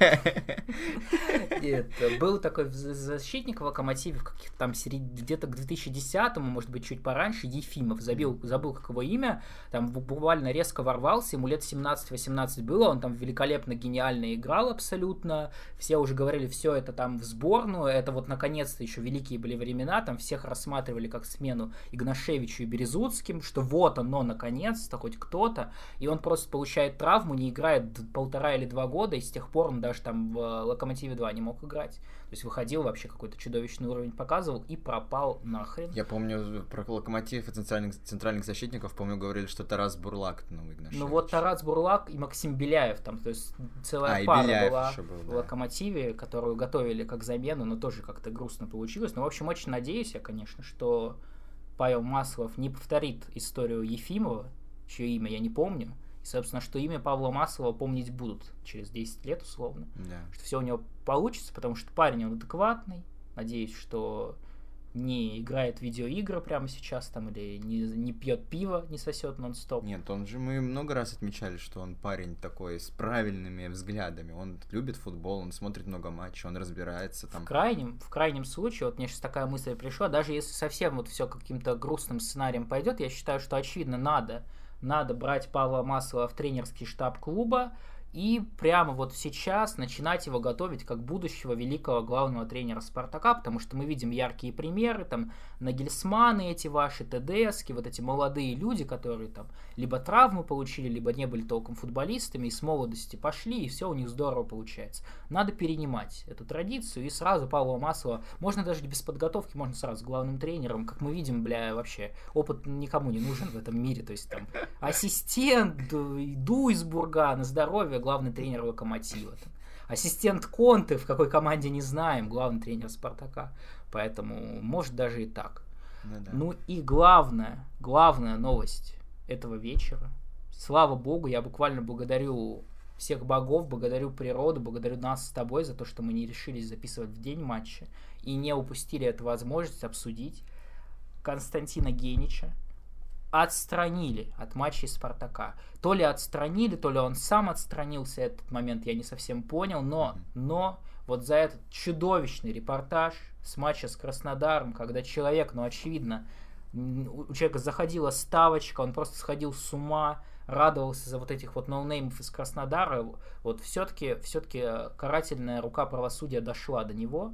S2: Нет. Был такой защитник в «Локомотиве» в каких-то там где-то к две тысячи десятому, может быть, чуть пораньше, Ефимов. Забил, забыл, как его имя. Там буквально резко ворвался, ему лет семнадцать-восемнадцать было, он там великолепно, гениально играл абсолютно. Все уже говорили, все это там в сборную, это вот наконец-то еще великие были времена, там всех рассматривали как смену Игнашевичу и Березутским, что вот оно, наконец-то, хоть кто-то. И он просто получает травму, не играет полтора или два года, и с тех пор он даже там в «Локомотиве два» не мог играть. То есть выходил, вообще какой-то чудовищный уровень показывал и пропал нахрен.
S1: Я помню про «Локомотив» и центральных, центральных защитников, помню, говорили, что Тарас Бурлак новый Игнашевич.
S2: Ну вот Тарас Бурлак и Максим Беляев там, то есть целая а, пара была был, в да. «Локомотиве», которую готовили как замену, но тоже как-то грустно получилось. Ну, в общем, очень надеюсь я, конечно, что Павел Маслов не повторит историю Ефимова, чье имя я не помню. Собственно, что имя Павла Маслова помнить будут через десять лет, условно.
S1: Да.
S2: Что все у него получится, потому что парень, он адекватный. Надеюсь, что не играет в видеоигры прямо сейчас там, или не, не пьет пиво, не сосет нон-стоп.
S1: Нет, он же, мы много раз отмечали, что он парень такой с правильными взглядами. Он любит футбол, он смотрит много матчей, он разбирается там.
S2: В крайнем, в крайнем случае, вот мне сейчас такая мысль пришла, даже если совсем вот все каким-то грустным сценарием пойдет, я считаю, что очевидно надо Надо брать Павла Маслова в тренерский штаб клуба и прямо вот сейчас начинать его готовить как будущего великого главного тренера «Спартака», потому что мы видим яркие примеры, там, Нагельсманы эти ваши, ТДСки, вот эти молодые люди, которые там либо травмы получили, либо не были толком футболистами, и с молодости пошли, и все у них здорово получается. Надо перенимать эту традицию, и сразу Павла Маслова, можно даже без подготовки, можно сразу главным тренером, как мы видим, бля, вообще, опыт никому не нужен в этом мире, то есть там ассистент Дуйсбурга на здоровье, главный тренер «Локомотива». Там. Ассистент Конте, в какой команде не знаем, главный тренер «Спартака». Поэтому, может, даже и так.
S1: Ну, да.
S2: Ну и главная, главная новость этого вечера. Слава богу, я буквально благодарю всех богов, благодарю природу, благодарю нас с тобой за то, что мы не решились записывать в день матча и не упустили эту возможность обсудить. Константина Генича отстранили от матчей «Спартака». То ли отстранили, то ли он сам отстранился, этот момент я не совсем понял, но, но вот за этот чудовищный репортаж с матча с Краснодаром, когда человек, ну очевидно, у человека заходила ставочка, он просто сходил с ума, радовался за вот этих вот ноунеймов из Краснодара, вот все-таки, все-таки карательная рука правосудия дошла до него.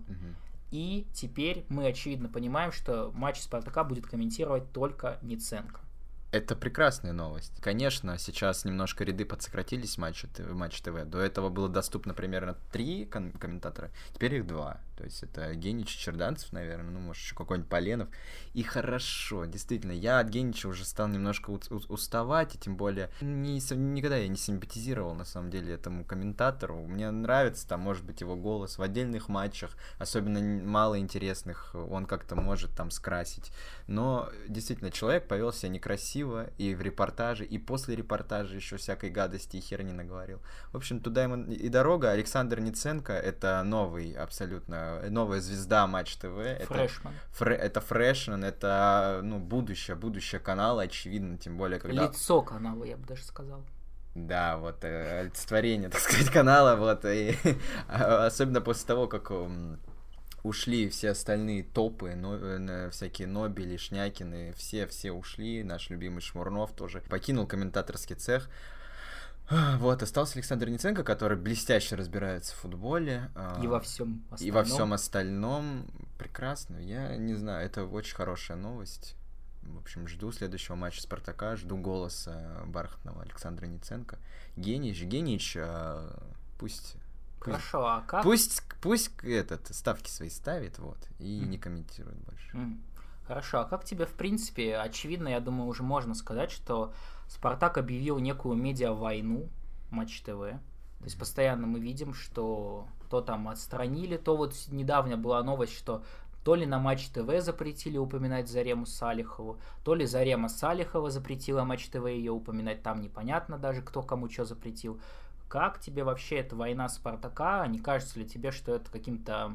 S2: И теперь мы, очевидно, понимаем, что матч «Спартака» будет комментировать только Ниценко.
S1: Это прекрасная новость. Конечно, сейчас немножко ряды подсократились в матче, в матче ТВ. До этого было доступно примерно три ком- комментатора, теперь их два. То То есть это Генич, Черданцев, наверное, ну, может, еще какой-нибудь Поленов. И хорошо, действительно, я от Генича уже стал немножко у- у- уставать, и тем более не, никогда я не симпатизировал, на самом деле, этому комментатору. Мне нравится, там, может быть, его голос в отдельных матчах, особенно мало интересных, он как-то может там скрасить. Но, действительно, человек повел себя некрасиво и в репортаже, и после репортажа еще всякой гадости и херни наговорил. В общем, туда ему и дорога. Александр Ниценко — это новый, абсолютно, новая звезда Матч ТВ.
S2: Фрешман.
S1: Это, фре, это фрешман, это, ну, будущее, будущее канала, очевидно, тем более, когда...
S2: Лицо канала, я бы даже сказал.
S1: Да, вот, э, олицетворение, так сказать, канала, вот, и особенно после того, как ушли все остальные топы, но, всякие Нобели, Шнякины, все, все ушли, наш любимый Шмурнов тоже покинул комментаторский цех. Вот, остался Александр Ниценко, который блестяще разбирается в футболе.
S2: И во всем остальном.
S1: И во всем остальном. Прекрасно. Я не знаю, это очень хорошая новость. В общем, жду следующего матча Спартака, жду голоса бархатного Александра Ниценко. Генич, Генич, пусть...
S2: Хорошо, а как?
S1: Пусть, пусть этот, ставки свои ставит, вот, и mm. не комментирует больше.
S2: Mm. Хорошо, а как тебе, в принципе, очевидно, я думаю, уже можно сказать, что Спартак объявил некую медиа-войну Матч ТВ. То есть постоянно мы видим, что то там отстранили, то вот недавно была новость, что то ли на Матч ТВ запретили упоминать Зарему Салихову, то ли Зарема Салихова запретила Матч ТВ ее упоминать, там непонятно даже, кто кому что запретил. Как тебе вообще эта война Спартака? Не кажется ли тебе, что это каким-то...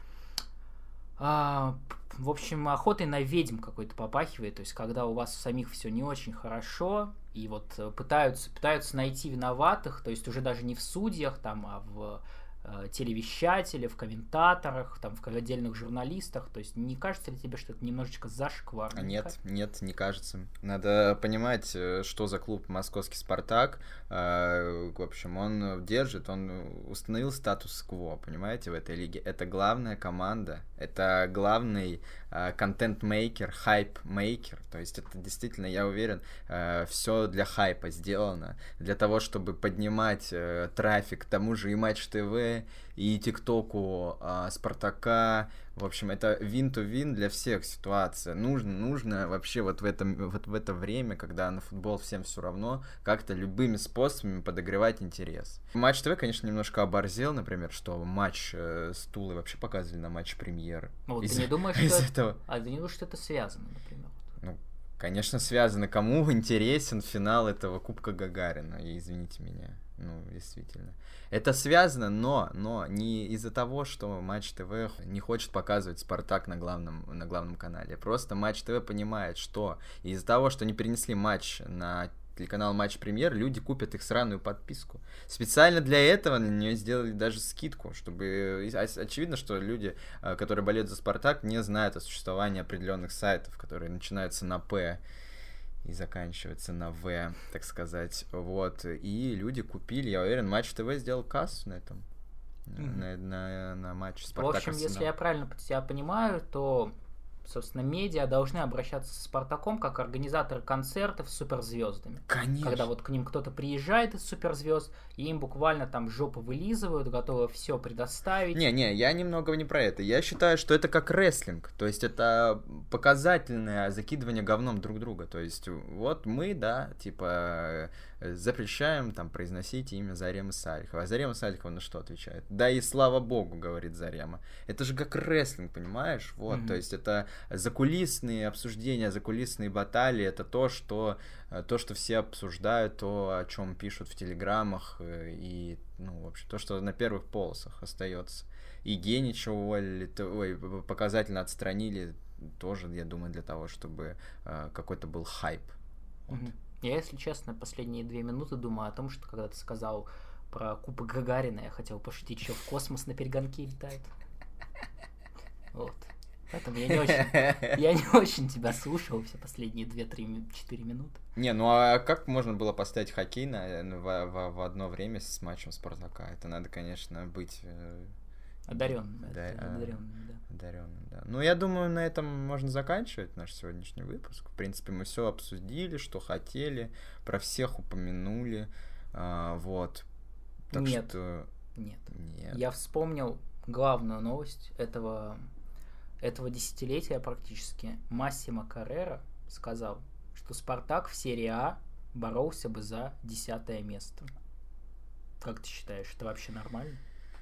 S2: А, в общем, охотой на ведьм какой-то попахивает, то есть когда у вас у самих все не очень хорошо, и вот пытаются, пытаются найти виноватых, то есть уже даже не в судьях, там, а в э, телевещателе, в комментаторах, там, в отдельных журналистах, то есть не кажется ли тебе, что это немножечко зашкварно?
S1: Нет, нет, не кажется. Надо понимать, что за клуб московский «Спартак». В общем, он держит, он установил статус-кво, понимаете, в этой лиге. Это главная команда, это главный контент-мейкер, хайп-мейкер. То есть это действительно, я уверен, все для хайпа сделано, для того, чтобы поднимать трафик к тому же и Матч ТВ, и ТикТоку Спартака. В общем, это win-to-win для всех ситуация. Нужно, нужно вообще вот в, этом, вот в это время, когда на футбол всем все равно, как-то любыми способами подогревать интерес. Матч ТВ, конечно, немножко оборзел, например, что матч э, с Тулой вообще показывали на Матч Премьер.
S2: Ну,
S1: из,
S2: ты не думаешь,
S1: из
S2: что
S1: этого...
S2: это... А ты не думаешь, что это связано, например?
S1: Ну, конечно, связано. Кому интересен финал этого Кубка Гагарина? И извините меня. Ну, действительно. Это связано, но, но не из-за того, что Матч ТВ не хочет показывать Спартак на главном, на главном канале. Просто Матч ТВ понимает, что из-за того, что не перенесли матч на телеканал Матч Премьер, люди купят их сраную подписку. Специально для этого на нее сделали даже скидку, чтобы... Очевидно, что люди, которые болеют за Спартак, не знают о существовании определенных сайтов, которые начинаются на П и заканчивается на В, так сказать. Вот. И люди купили, я уверен, Матч ТВ сделал кассу на этом. Mm-hmm. На, на, на матч Спартак.
S2: В общем, Арсенал. Если я правильно тебя понимаю, то, собственно, медиа должны обращаться с Спартаком как организаторы концертов с суперзвездами.
S1: Конечно.
S2: Когда вот к ним кто-то приезжает из суперзвезд, и им буквально там жопу вылизывают, готовы все предоставить.
S1: Не-не, я немного не про это. Я считаю, что это как рестлинг. То есть это показательное закидывание говном друг друга. То есть вот мы, да, типа запрещаем там произносить имя Заремы Салихова. А Зарема Салихова на что отвечает? Да и слава богу, говорит Зарема. Это же как рестлинг, понимаешь? Вот, mm-hmm. То есть это закулисные обсуждения, закулисные баталии. Это то, что, то, что все обсуждают, то, о чем пишут в телеграммах. И, ну, в общем, то, что на первых полосах остается. И Генича уволили, ой, показательно отстранили, тоже, я думаю, для того, чтобы э, какой-то был хайп. Вот.
S2: Mm-hmm. Я, если честно, последние две минуты думаю о том, что когда ты сказал про Кубок Гагарина, я хотел пошутить, что в космос на перегонке летает. Вот. Поэтому я не очень, я не очень тебя слушал все последние две-три-четыре минуты.
S1: Не, ну а как можно было поставить хоккей на, в, в, в одно время с матчем Спартака? Это надо, конечно, быть...
S2: Одаренным,
S1: да,
S2: одаренным, да.
S1: Одаренным, да. Ну, я думаю, на этом можно заканчивать наш сегодняшний выпуск. В принципе, мы все обсудили, что хотели, про всех упомянули, а, вот. Так
S2: нет,
S1: что...
S2: нет,
S1: нет.
S2: Я вспомнил, главную новость этого, этого десятилетия практически. Массимо Каррера сказал, что Спартак в серии А боролся бы за десятое место. Как ты считаешь, это вообще нормально?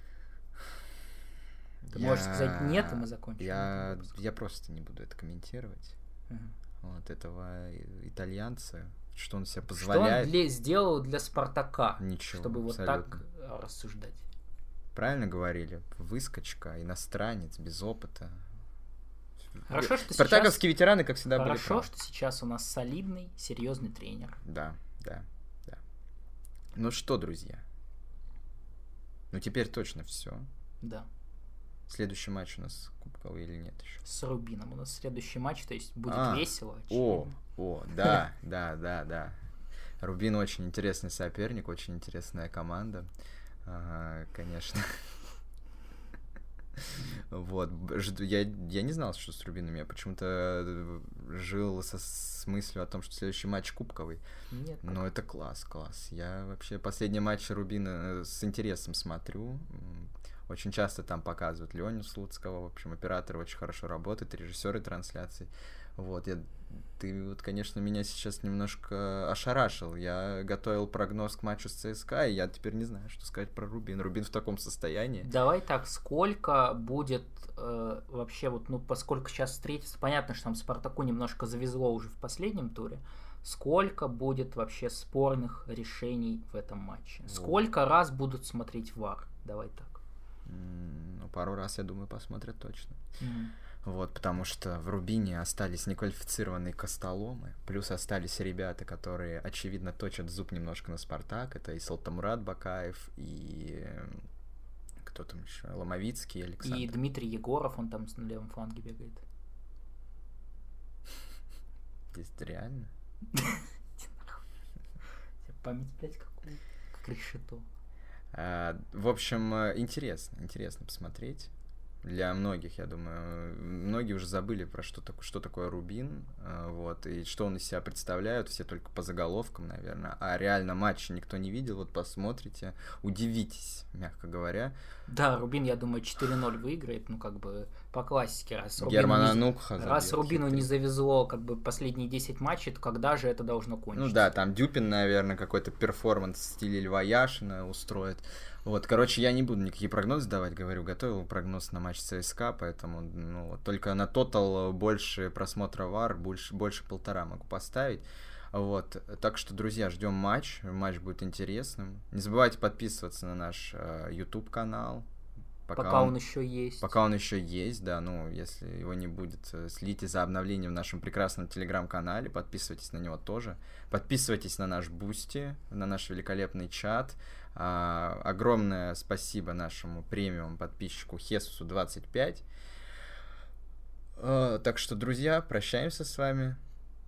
S2: Ты
S1: я...
S2: можешь сказать нет, и мы закончим.
S1: Я, я просто не буду это комментировать. Угу. Вот этого итальянца, что он себе позволяет.
S2: Что он для... сделал для Спартака,
S1: Ничего,
S2: чтобы
S1: абсолютно.
S2: Вот так рассуждать?
S1: Правильно говорили, выскочка, иностранец, без опыта.
S2: Хорошо, что
S1: Спартаковские
S2: сейчас...
S1: ветераны, как всегда,
S2: Хорошо,
S1: были правы.
S2: что сейчас у нас солидный, серьезный тренер.
S1: Да, да, да. Ну что, друзья? Ну теперь точно все.
S2: Да.
S1: Следующий матч у нас кубковый или нет еще?
S2: С Рубином. У нас следующий матч, то есть будет
S1: а,
S2: весело.
S1: О, о, да, да, да, да. Рубин очень интересный соперник, очень интересная команда. Ага, конечно. Вот, я, я не знал, что с Рубином. Я почему-то жил со, с мыслью о том, что следующий матч кубковый.
S2: Нет.
S1: Но это класс, класс. Я вообще последние матчи Рубина с интересом смотрю. Очень часто там показывают Леню Слуцкого. В общем, оператор очень хорошо работает, режиссеры трансляций. Вот, я, ты вот, конечно, меня сейчас немножко ошарашил. Я готовил прогноз к матчу с ЦСКА, и я теперь не знаю, что сказать про Рубин. Рубин в таком состоянии.
S2: Давай так, сколько будет э, вообще, вот, ну, поскольку сейчас встретиться, понятно, что там Спартаку немножко завезло уже в последнем туре, сколько будет вообще спорных решений в этом матче? Вот. Сколько раз будут смотреть ВАР? Давай так.
S1: Ну, пару раз, я думаю, посмотрят точно.
S2: Mm-hmm.
S1: Вот, потому что в Рубине остались неквалифицированные костоломы, плюс остались ребята, которые, очевидно, точат зуб немножко на Спартак. Это и Салтамурат Бакаев, и кто там еще, Ломовицкий, Александр.
S2: И Дмитрий Егоров, он там на левом фланге бегает.
S1: Здесь реально?
S2: Память, блядь, какую, как решето.
S1: В общем, интересно, интересно посмотреть. Для многих, я думаю, многие уже забыли про что, так, что такое Рубин, вот, и что он из себя представляет, все только по заголовкам, наверное, а реально матча никто не видел, вот посмотрите, удивитесь, мягко говоря.
S2: Да, Рубин, я думаю, четыре ноль выиграет, ну, как бы, по классике, раз
S1: Рубину, не...
S2: раз Рубину не завезло, как бы, последние десять матчей, то когда же это должно кончиться?
S1: Ну да, там Дюпин, наверное, какой-то перформанс в стиле Льва Яшина устроит. Вот, короче, я не буду никакие прогнозы давать, говорю, готовил прогноз на матч ЦСКА, поэтому, ну, только на тотал больше просмотра ВАР, больше, больше полтора могу поставить. Вот, так что, друзья, ждем матч, матч будет интересным. Не забывайте подписываться на наш э, YouTube-канал.
S2: Пока, пока он, он еще есть.
S1: Пока он еще есть, да, ну, если его не будет, следите за обновлением в нашем прекрасном Телеграм-канале, подписывайтесь на него тоже. Подписывайтесь на наш Бусти, на наш великолепный чат. А, огромное спасибо нашему премиум подписчику Хесусу двадцать пять. А, так что, друзья, прощаемся с вами.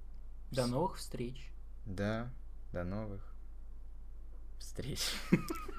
S2: До новых встреч.
S1: Да, до новых встреч.